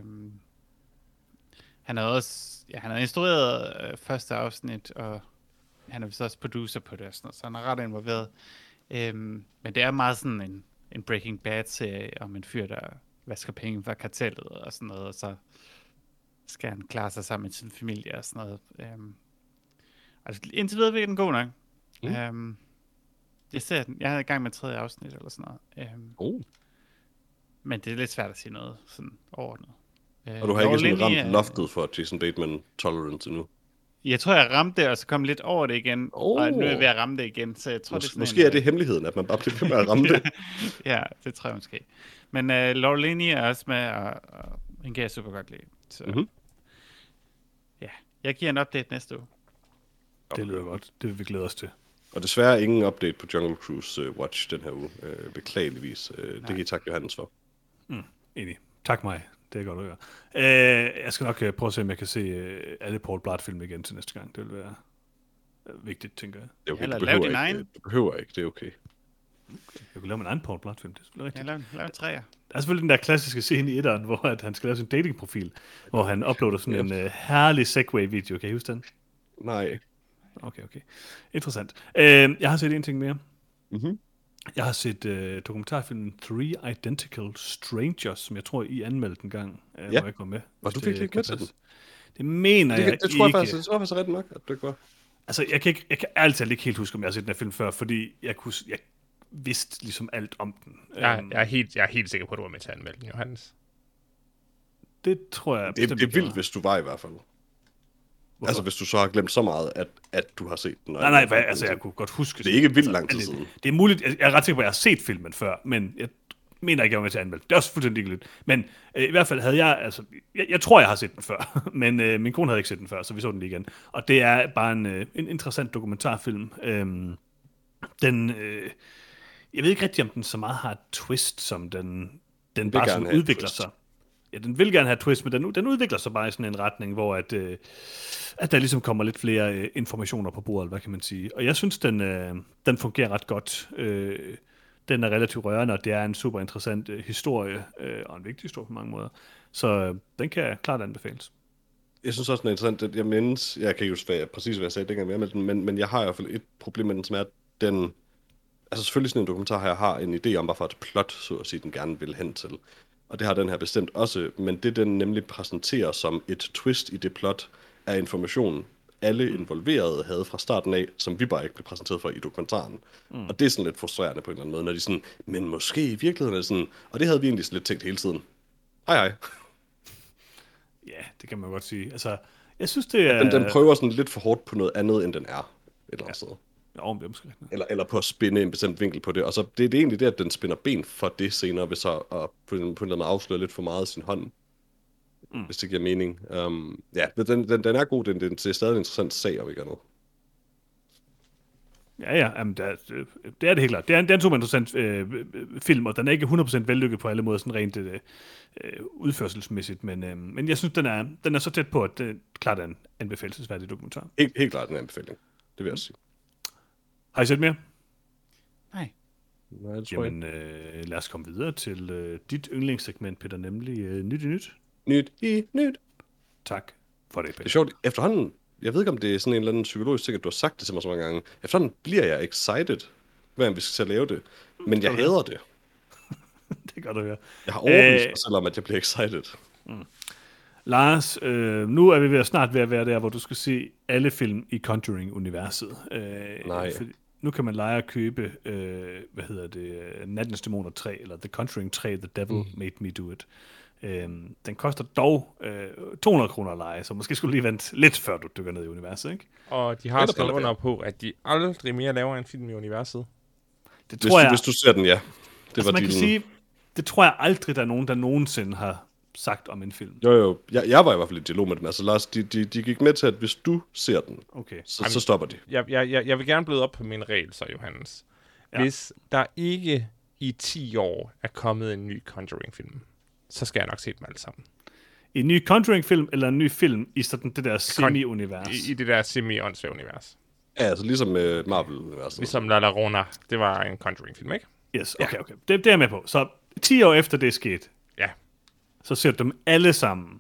Han har også... Ja, han har instrueret første afsnit, og han er vist også producer på det og sådan noget, så han er ret involveret. Men det er meget sådan en Breaking Bad-serie om en fyr, der vasker penge fra kartellet og sådan noget, og så skal han klare sig sammen med sin familie og sådan noget. Altså, indtil videre virker den god nok. Jeg er i gang med 3. afsnit eller sådan noget. Men det er lidt svært at sige noget sådan overordnet. Og du har ikke sådan ramt loftet for Jason Bateman tolerance endnu? Jeg tror, jeg ramte det, og så kom lidt over det igen. Og nu er jeg ved at ramme det igen, så jeg tror, det er sådan måske er det hemmeligheden, at man bare bliver ved med at ramme det. Ja, det tror jeg måske. Men Laura Linney er også med, og hende kan jeg super godt lide. Så ja, jeg giver en update næste uge. Det lyder godt. Det vil vi glæde os til. Og desværre ingen update på Jungle Cruise Watch den her uge. Beklageligvis. Det kan I takke Johannes for. Enig. Tak mig. Det er godt at høre. Jeg skal nok prøve at se, om jeg kan se alle Paul Blart-film igen til næste gang. Det vil være vigtigt, tænker jeg. Det er okay. Eller lav din egen. Du behøver ikke, det er okay. Jeg kunne lave min egen Paul Blart-film, det er selvfølgelig rigtigt. Ja, lav en 3'er. Der er selvfølgelig den der klassiske scene i etteren, hvor at han skal lave sin datingprofil, hvor han uploader sådan en herlig Segway-video. Kan I huske den? Nej. Okay. Interessant. Jeg har set en ting mere. Jeg har set dokumentarfilmen 3 Identical Strangers, som jeg tror, I anmeldte en gang, hvor jeg kom med. Var du virkelig ikke med til den? Det mener jeg det tror ikke. Det tror jeg faktisk ret nok, at du ikke var. Altså, jeg kan ærligt talt ikke helt huske, om jeg har set den her film før, fordi jeg vidste ligesom alt om den. Jeg er helt sikker på, at du var med til at anmelde den, Johannes. Det tror jeg. Det er vildt, hvis du var i hvert fald. Hvorfor? Altså, hvis du så har glemt så meget, at du har set den. Nej, altså, jeg kunne godt huske. Det er ikke vildt lang tid siden. Det er muligt, jeg er ret sikker på, at jeg har set filmen før, men jeg mener ikke, at jeg var med til at anmelde. Det er også fuldstændig ligegyldigt. Men i hvert fald havde jeg, altså, jeg tror, jeg har set den før, men min kone havde ikke set den før, så vi så den lige igen. Og det er bare en interessant dokumentarfilm. Jeg ved ikke rigtig, om den så meget har et twist, som den bare sådan udvikler sig. Ja, den vil gerne have et twist, men den udvikler sig bare i sådan en retning, hvor at der ligesom kommer lidt flere informationer på bordet, hvad kan man sige. Og jeg synes, den fungerer ret godt. Den er relativt rørende, og det er en super interessant historie, og en vigtig historie på mange måder. Så den kan klart anbefales. Jeg synes også, den er interessant. Jeg mindes, jeg kan ikke huske præcis, hvad jeg sagde dengang med den, men jeg har i hvert fald et problem med den, som er, at den... Altså selvfølgelig sådan en dokumentar her har en idé om, hvorfor et plot, så at sige, den gerne vil hen til. Og det har den her bestemt også, men det den nemlig præsenterer som et twist i det plot af informationen, alle involverede havde fra starten af, som vi bare ikke blev præsenteret for i dokumentaren. Og det er sådan lidt frustrerende på en eller anden måde, når de sådan, men måske i virkeligheden er sådan, og det havde vi egentlig lidt tænkt hele tiden. Hej. Ja, det kan man godt sige. Altså, jeg synes, det er... Den prøver sådan lidt for hårdt på noget andet, end den er. Et eller andet sted. Ja, det er måske rigtigt. Eller på at spænde en bestemt vinkel på det. Og så det er egentlig det, at den spænder ben for det senere, ved så at på en eller anden måde afsløre lidt for meget af sin hånd. Hvis det giver mening. Ja, den er god. Det er stadig en interessant sag, om ikke andet. Ja, jamen, det er det helt klart. Det er en super interessant film, og den er ikke 100% vellykket på alle måder, sådan rent udførselsmæssigt, men jeg synes, den er så tæt på, at det klart er en anbefalelsesværdig dokumentar. Helt klart en anbefaling. Det vil jeg sige. Har I set mere? Nej. Nej, det tror jeg. Jamen, lad os komme videre til dit yndlingssegment, Peter, nemlig Nyt i Nyt. Nyt i nyt. Tak for det, Det er Peter. sjovt. Efterhånden, jeg ved ikke, om det er sådan en eller anden psykologisk ting, at du har sagt det til mig så mange gange. Efterhånden bliver jeg excited, hver gang vi skal til at lave det. Men jeg hader det. Det kan godt at høre. Jeg har overbevist mig selv om, at jeg bliver excited. Lars, nu er vi snart ved at være der, hvor du skal se alle film i Conjuring-universet. Nej. Nu kan man lege at købe, Nattens Dæmoner 3, eller The Conjuring 3, The Devil Made Me Do It. Den koster dog 200 kroner at lege, så måske skulle du lige vente lidt, før du dykker ned i universet, ikke? Og de har skrevet under på, at de aldrig mere laver en film i universet. Det tror jeg, Hvis du ser den, ja. Det var man kan sige, det tror jeg aldrig, der er nogen, der nogensinde har sagt om en film. Jo. Jeg var i hvert fald i dialog med dem. Altså, Lars, de gik med til, at hvis du ser den, Okay. så stopper de. Jeg vil gerne bløde op på min regel, så Johannes. Ja. Hvis der ikke i 10 år er kommet en ny Conjuring-film, så skal jeg nok se dem alle sammen. En ny Conjuring-film, eller en ny film i sådan det der semi-univers? I det der semi-åndsvære univers. Ja, altså ligesom med Marvel-universet. Ligesom La Llorona, det var en Conjuring-film, ikke? Yes, okay. Det er jeg med på. Så 10 år efter det er sket, Ja. så ser du dem alle sammen.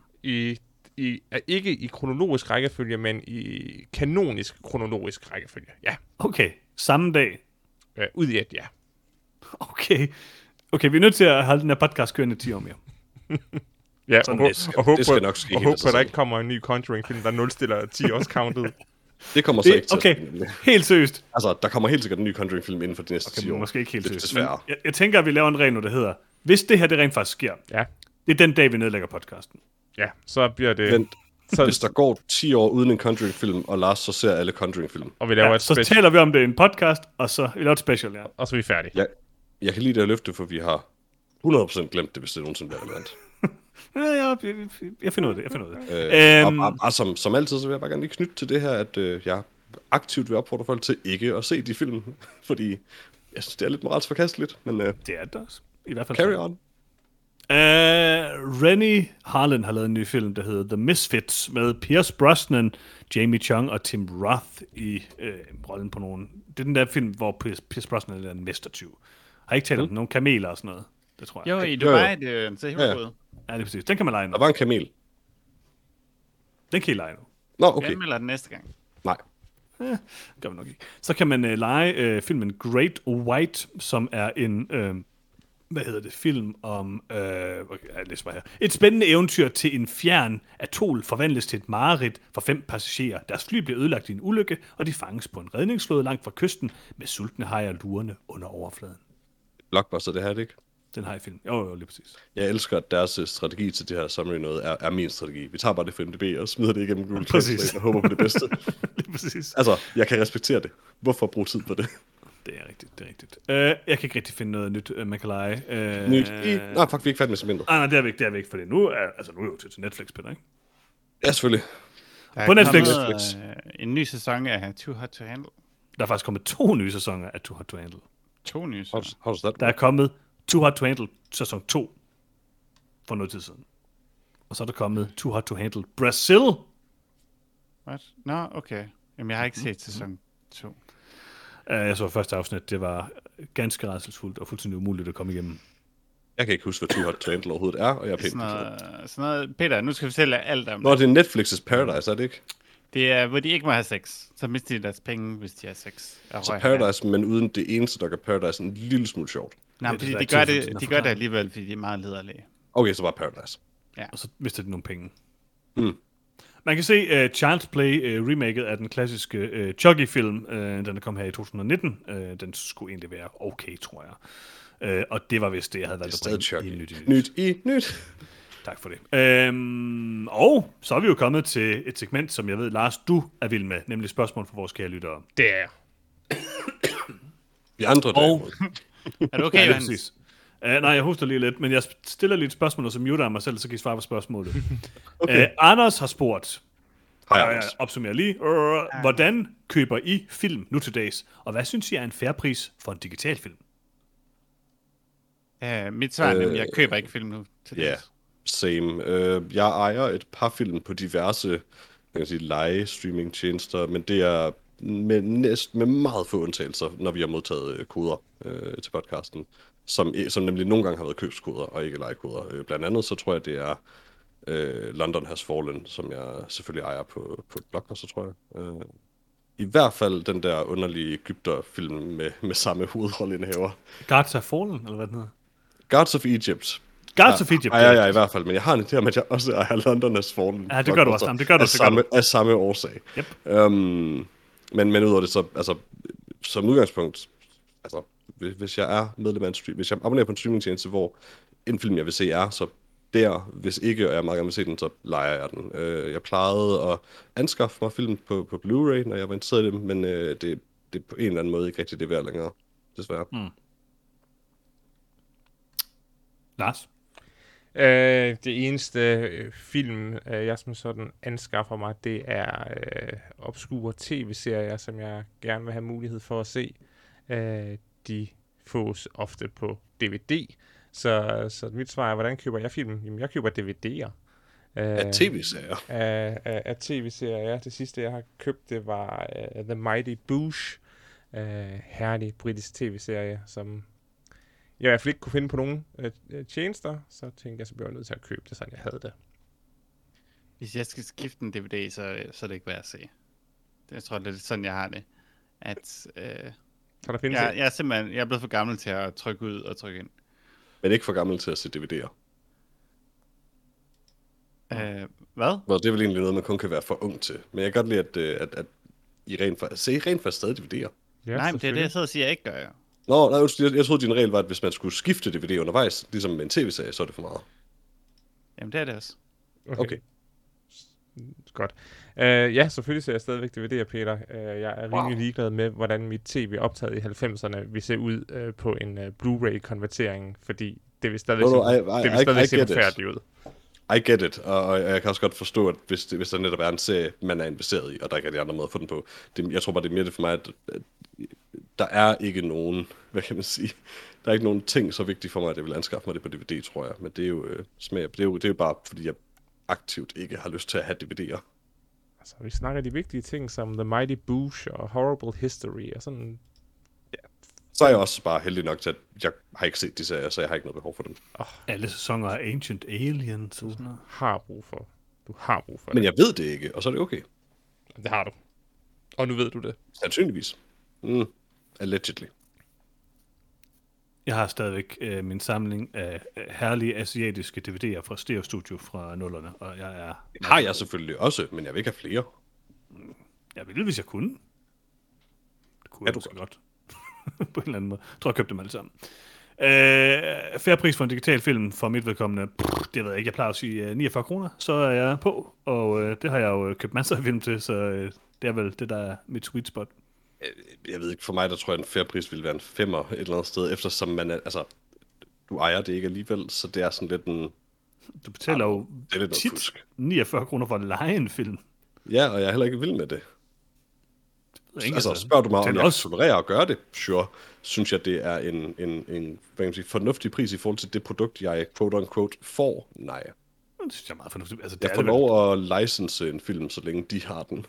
Ikke i kronologisk rækkefølge, men i kanonisk kronologisk rækkefølge. Ja. Okay, samme dag. Ud i et, ja. Okay, vi er nødt til at holde den her podcast kørende 10 år mere. Ja, det skal nok ske og helt håb på, at der ikke kommer en ny Conjuring-film, der nulstiller 10 års countet. Det kommer så ikke til. Okay, helt seriøst. Altså, der kommer helt sikkert en ny Conjuring-film inden for de næste 10 år. Måske ikke helt Det er seriøst. desværre. Men jeg tænker, at vi laver en regel nu, der hedder, hvis det her det rent faktisk sker, Ja. det er den dag, vi nedlægger podcasten. Ja, så bliver det... Vent. Så, Hvis der går 10 år uden en Conjuring-film, og Lars så ser alle Conjuring-film. og vi laver Ja, et så special, taler vi om det i en podcast, og så vi laver et special, ja. og så er vi færdige. Jeg kan lide det her løfte, for vi har 100% glemt det, hvis det nogensinde bliver relevant. Jeg finder ud af det. Og som altid, så vil jeg bare gerne lige knytte til det her, at jeg aktivt vil opfordre folk til ikke at se de film, fordi jeg synes, det er lidt moralsk forkasteligt, men Det er det også. I hvert fald. carry on. Rennie Harlin har lavet en ny film, der hedder The Misfits, med Pierce Brosnan, Jamie Chung og Tim Roth i rollen på nogen. Det er den der film, hvor Pierce Brosnan er en mestertyv. Har I ikke talt om nogle kameler og sådan noget? Det tror jeg. Jo, i Dubai, det ser helt ud. Ja, det er præcis. Den kan man lege nu. Der var en kamel. Den kan I lege nu. Nå, Okay. okay. Jeg anmelder den næste gang. Nej. Gør vi nok ikke. Så kan man lege filmen Great White, som er en film om et spændende eventyr til en fjern atol forvandles til et mareridt for 5 passagerer. Deres fly bliver ødelagt i en ulykke, og de fanges på en redningsflåde langt fra kysten med sultne hajer lurende under overfladen. Blockbuster, det her, det ikke? Den har i film. Jo, lige præcis. Jeg elsker, at deres strategi til det her summary noget er min strategi. Vi tager bare det for MDB og smider det igennem Google Præcis. Translate og håber på det bedste. Lige præcis. Altså, jeg kan respektere det. Hvorfor bruge tid på det? Det er rigtigt. Jeg kan ikke rigtig finde noget nyt, man kan lege. Nyt i... Nej, fuck, vi er ikke færdige med segmentet. Nej, det er vi ikke, fordi nu er jo til Netflix, Peter, ikke? Ja, selvfølgelig. Der På er Netflix. kommet, en ny sæson af Too Hot to Handle. Der er faktisk kommet 2 nye sæsoner af Too Hot to Handle. 2 nye How sæsoner. does that Der er kommet Too Hot to Handle sæson 2 for noget tid siden. Og så er der kommet Too Hot to Handle Brazil. What? Nå, okay. Jamen, jeg har ikke set sæson 2. Jeg så første afsnit. Det var ganske rædselsfuldt og fuldstændig umuligt at komme igennem. Jeg kan ikke huske, hvad Too Hot to Handle overhovedet er, og jeg er pænt Sådan noget. Peter, nu skal vi fortælle alt om Nå, det. det er Netflix's Paradise, er det ikke? Det er, hvor de ikke må have sex. Så mister de deres penge, hvis de har sex. Så Paradise, men uden det eneste, der gør Paradise en lille smule sjovt. Nej, Det er fordi det, de der gør er det, til- de gør det alligevel, fordi de er meget lederlige. Okay, så bare Paradise. Og så mister de nogle penge. Mm. Man kan se Child's Play remaket af den klassiske Chucky-film. Den er kommet her i 2019. Den skulle egentlig være okay, tror jeg. Og det var vist det, jeg havde valgt at bringe i Nyt. Tak for det. Og så er vi jo kommet til et segment, som jeg ved, Lars, du er vild med, nemlig spørgsmål fra vores kære lyttere. Det er Vi andre Og Er du okay, ja, Johannes? nej, jeg hoster lige lidt, men jeg stiller lige et spørgsmål, og så muter jeg mig selv, så kan I svare på spørgsmålet. Okay. Anders har spurgt, Hej, og jeg Anders. opsummerer lige, hvordan køber I film nu til dags, og hvad synes I er en fair pris for en digital film? Mit svar er nemlig, jeg køber ikke film nu til Ja, same. Jeg ejer et par film på diverse, jeg kan sige, live-streaming-tjenester, men det er med meget få undtagelser, når vi har modtaget koder til podcasten, som nemlig nogle gange har været købskoder og ikke lejekoder. Blandt andet så tror jeg, det er London Has Fallen, som jeg selvfølgelig ejer på Blockbuster, tror jeg. I hvert fald den der underlige Egypter-film med samme hovedrolleindehaver. Gods of Fallen, eller hvad den hedder? Gods of Egypt. Gods of Egypt. Ejer jeg i hvert fald, men jeg har en idé om, at jeg også ejer London Has Fallen. Ja, det gør du også. Jamen, det gør du. Af samme årsag. Yep. Men udover det, så altså, som udgangspunkt, altså, hvis jeg er medlem af en stream, hvis jeg abonnerer på en streamingtjeneste, hvor en film, jeg vil se, er, så der, hvis ikke, og jeg meget gerne vil se den, så lejer jeg den. Jeg plejede at anskaffe mig film på Blu-ray, når jeg var interesseret i dem, men det er på en eller anden måde ikke rigtig det værd længere, desværre. Lars? Det eneste film, jeg som sådan anskaffer mig, det er obskure tv-serier, som jeg gerne vil have mulighed for at se. De fås ofte på DVD. Så mit svar er, hvordan køber jeg film? Jamen, jeg køber DVD'er. Af tv-serier? Af tv-serier, ja. Det sidste, jeg har købt, det var The Mighty Boosh. Herlig britisk tv-serie, som jeg i hvert fald ikke kunne finde på nogen tjenester. Så tænkte jeg, så blev jeg nødt til at købe det, sådan jeg havde det. Hvis jeg skal skifte en DVD, så er det ikke værd at se. Jeg tror, det er sådan, jeg har det. At, Så der findes jeg er simpelthen jeg er blevet for gammel til at trykke ud og trykke ind. Men ikke for gammel til at se DVD'er. Hvad? Well, det er vel egentlig noget, man kun kan være for ung til. Men jeg kan godt lide, at I rent faktisk stadig DVD'er. Ja, Nej, men det er det, jeg sidder og siger, jeg ikke gør. Ja. Nå, nej, jeg troede, din regel var, at hvis man skulle skifte DVD undervejs, ligesom med en tv-serie, så er det for meget. Jamen, det er det også. Okay. Godt. Ja, selvfølgelig ser jeg stadigvæk DVD'er, Peter. Jeg er rimelig ligeglad med, hvordan mit tv optaget i 90'erne vil se ud på en Blu-ray-konvertering, fordi det vil stadigvæk se forfærdeligt ud. I get it, og jeg kan også godt forstå, at hvis der netop er en serie, man er investeret i, og der ikke er de andre måder at få den på. Jeg tror bare, det er mere det for mig, at der er ikke nogen, hvad kan man sige, der er ikke nogen ting så vigtige for mig, at jeg vil anskaffe mig det på DVD, tror jeg. Men det er jo smag. Det er jo bare, fordi jeg aktivt ikke har lyst til at have DVD'er. Altså, vi snakker de vigtige ting som The Mighty Boosh og Horrible History og sådan. Så er jeg også bare heldig nok til, at jeg har ikke set de serier, så jeg har ikke noget behov for dem. Alle sæsoner af Ancient Aliens og sådan noget. Du har brug for det. Men jeg ved det ikke, og så er det okay. Det har du. Og nu ved du det. Sandsynligvis. Allegedly. Jeg har stadigvæk min samling af herlige asiatiske DVD'er fra Stereo Studio fra 0'erne, og jeg er... Det har jeg selvfølgelig også, men jeg vil ikke have flere. Jeg ville, hvis jeg kunne. Det kunne jeg måske godt. På en eller anden måde. Jeg tror, jeg købte dem alle sammen. Fair pris for en digital film for mit vedkommende, det ved jeg ikke. Jeg plejer at sige 49 kroner, så er jeg på, og det har jeg jo købt masser af film til, så det er vel det, der er mit sweet spot. Jeg ved ikke, for mig, der tror jeg, en fair pris ville være en 5'er et eller andet sted, eftersom man er, altså, du ejer det ikke alligevel, så det er sådan lidt en... Du betaler jo tit fusk. 49 kroner for at lege en film. Ja, og jeg er heller ikke vild med det. Ikke, altså, spørger du mig, om jeg også... kan tolerere at gøre det, sure, synes jeg, det er en hvad kan man sige, fornuftig pris i forhold til det produkt, jeg quote-unquote får. Nej. Det synes jeg er meget fornuftigt. Altså, jeg får lov at license en film, så længe de har den.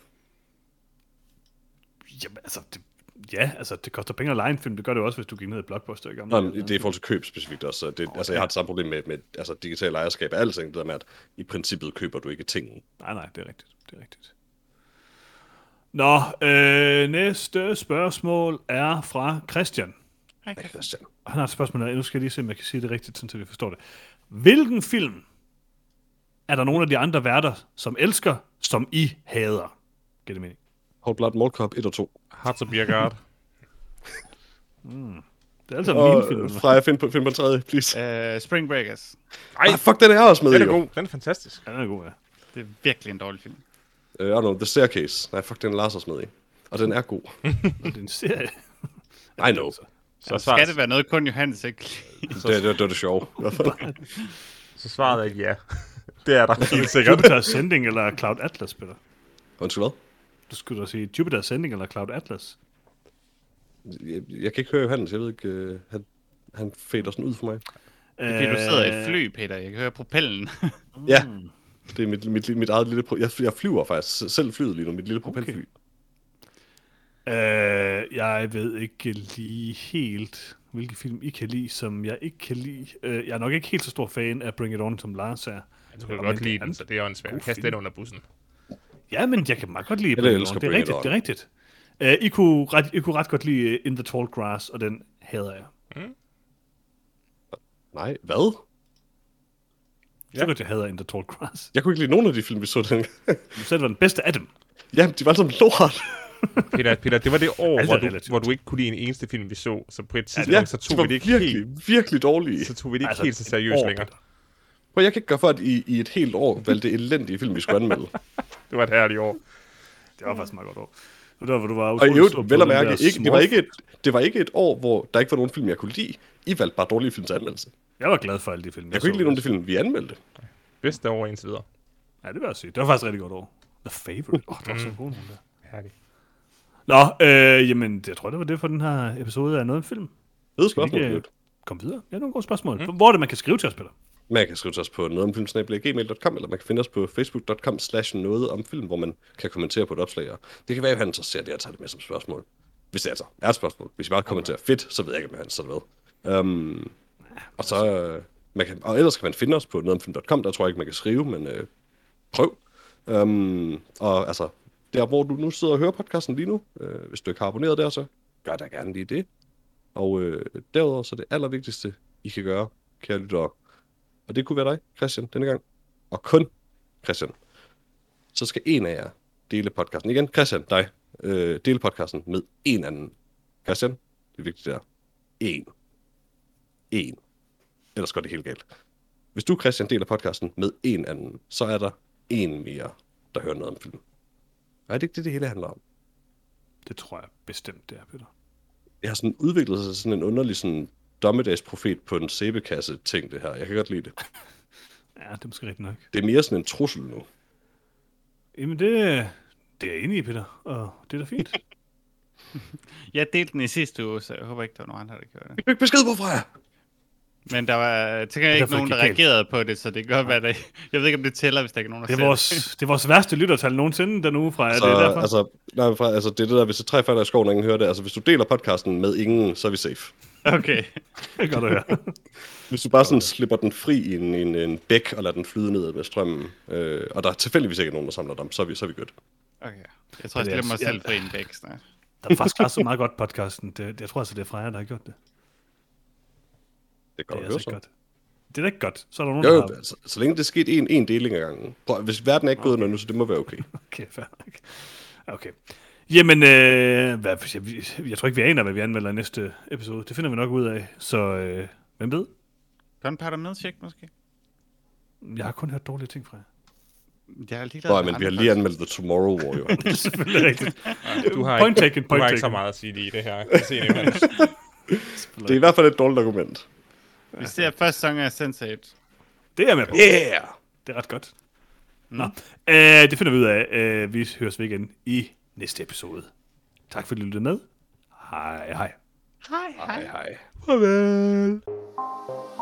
Jamen, altså, det koster penge at lege en film. Det gør det jo også, hvis du gik ned i Blockbuster. Ikke? Nå, det er i forhold til køb specifikt også. Jeg har et samme problem med altså, digital ejerskab af alle ting. Det der med, at i princippet køber du ikke tingene. Nej, det er rigtigt. Nå, næste spørgsmål er fra Christian. Hej, Christian. Han har et spørgsmål, og nu skal jeg lige se, om jeg kan sige det rigtigt, så vi forstår det. Hvilken film er der nogle af de andre værter, som elsker, som I hader. Giver det mening? Hot Blood, Mall Cop 1 og 2. Hearts of Beer Guard. Det er altså Og mine film. Freja, find på en tredje, please. Spring Breakers. Ej, Fuck, den er jeg også med den i. er jo. god. Den er fantastisk. Ja, den er god, ja. Det er virkelig en dårlig film. I don't know, The Staircase. Nej, fuck, den er Lars også med i. Og den er god. Og det er en serie. I know. Så Skal det være noget, kun Johannes ikke? Det var det sjove. I hvert fald. Så svaret er ikke ja. Det er der helt sikkert. Jupiter Ascending eller Cloud Atlas, Peter? Undskyld hvad? Du skulle da sige Jupiter Ascending eller Cloud Atlas. Jeg kan ikke høre Johannes, jeg ved ikke, han fader sådan ud for mig. Fordi du sidder i et fly, Peter. Jeg kan høre propellen. Ja, det er mit eget lille... Jeg flyver faktisk selv flyet lige nu, mit lille propelfly. Jeg ved ikke lige helt, hvilke film I kan lide, som jeg ikke kan lide. Jeg er nok ikke helt så stor fan af Bring It On, som Lars er. Du kan godt lide den, så det er jo en svær. Kast den under bussen. Ja, men jeg kan meget godt lide Jeg Bring It elsker On. Det er Bring It rigtigt, On. det er rigtigt. I kunne ret godt lide In the Tall Grass, og den hader jeg. Nej, hvad? Så godt, jeg hader In the Tall Grass. Jeg kunne ikke lide nogen af de film, vi så den. Du sagde, det var den bedste af dem. Ja, de var som lort. Peter, det var det år, Alt er relativt. hvor du ikke kunne lide en eneste film, vi så. Så på et tidspunkt, Ja, så de tog var vi det ikke virkelig, helt, virkelig dårlige. så tog vi det ikke Altså, helt så et seriøst år, længere. Peter. Prøv, jeg kan ikke gøre for, at I et helt år valgte elendige film, vi skulle anmelde. Det var et herligt år. Det var faktisk meget godt år. Det var, hvor du var Og i utrolig øvrigt, stor på vel at den mærke, der ikke, Smurf. det var ikke et år, hvor der ikke var nogen film, jeg kunne lide. I valgte bare dårlige film til anmeldelse. Jeg var glad for alle de film. Jeg kunne ikke lide nogen af de film, vi anmeldte. Bedste år indtil videre. Ja, det vil jeg sige. Det var faktisk et rigtig godt år. The Favorite. Det var så god nogle der. Herligt. Nå, jamen, jeg tror, det var det for den her episode af Noget om Film. Fede spørgsmål, ikke, Knud. Kom videre. Ja, nogle gode spørgsmål. Hvor er det, man kan skrive til os, Peter? Man kan skrive til os på nogetomfilm@gmail.com, eller man kan finde os på facebook.com/nogetomfilm, hvor man kan kommentere på et opslag. Og det kan være, at han så ser det og tager det med som spørgsmål. Hvis det altså er et spørgsmål. Hvis I bare kommenterer fedt, så ved jeg ikke, om han så med. Og så... og ellers kan man finde os på nogetomfilm.com, der tror jeg ikke, man kan skrive, men prøv. Og altså, der hvor du nu sidder og hører podcasten lige nu, hvis du ikke har abonneret der, så gør da gerne lige det. Og derudover så det allervigtigste, I kan gøre, kære lyttere, og det kunne være dig, Christian, denne gang, og kun Christian, så skal en af jer dele podcasten. Igen, Christian, dig, dele podcasten med en anden. Christian, det er vigtigt der. En. Ellers går det helt galt. Hvis du, Christian, deler podcasten med en anden, så er der en mere, der hører noget om film. Er det ikke det hele handler om? Det tror jeg bestemt, det er, Peter. Jeg har sådan udviklet sig sådan en underlig sådan dommedagsprofet på en sæbekasse ting, det her. Jeg kan godt lide det. Ja, det er måske rigtigt nok. Det er mere sådan en trussel nu. Jamen, det er jeg enig i, Peter. Og det er da fint. Jeg delte den i sidste uge, så jeg håber ikke, der var nogen andre, der gjorde det. Jeg fik besked på Freja! Men der var, tænker jeg, ikke nogen, der reagerede på det, så det kan godt være, det. Jeg ved ikke, om det tæller, hvis der ikke er nogen, der Det er vores værste lyttertal nogensinde den uge fra. Så, det er derfor. altså, det er det der, hvis det træ falder i skoven, ingen hører det. Altså, hvis du deler podcasten med ingen, så er vi safe. Okay. Det kan godt høre. Hvis du bare sådan slipper den fri i en bæk, og lader den flyde ned med strømmen, og der er tilfældigvis ikke nogen, der samler dem, så er vi good. Okay. Jeg tror, jeg stiller mig selv fri i en bæk snart. Der er faktisk så meget godt podcasten. Jeg tror altså, det er Freja, der har gjort det. Det kan Det godt er høre altså så. ikke godt. Det er da ikke godt. Så er der nogen, Jo, der har... så længe det skete en deling ad gangen. Prøv, hvis verden er ikke gået nu, så det må være okay. Okay, fair nok. Okay. Jamen, jeg tror ikke, vi aner, hvad vi anmelder i næste episode. Det finder vi nok ud af. Så hvem ved? Gunpowder Milkshake, måske? Jeg har kun hørt dårlige ting fra jer. Jeg har lige Nå, men vi har lige anmeldt The Tomorrow War, jo. Det er selvfølgelig rigtigt. Du har, Point ikke, taken, du point har ikke så taken. meget at sige lige i det her. Jeg se, Johannes. Det er i hvert fald et dårligt argument. Vi ser første sæson af Sense8. Det er jeg med på. Yeah! Det er ret godt. Nå, det finder vi ud af. Vi høres ved igen i næste episode. Tak fordi du lyttede med. Hej hej. Hej, hej. Farvel.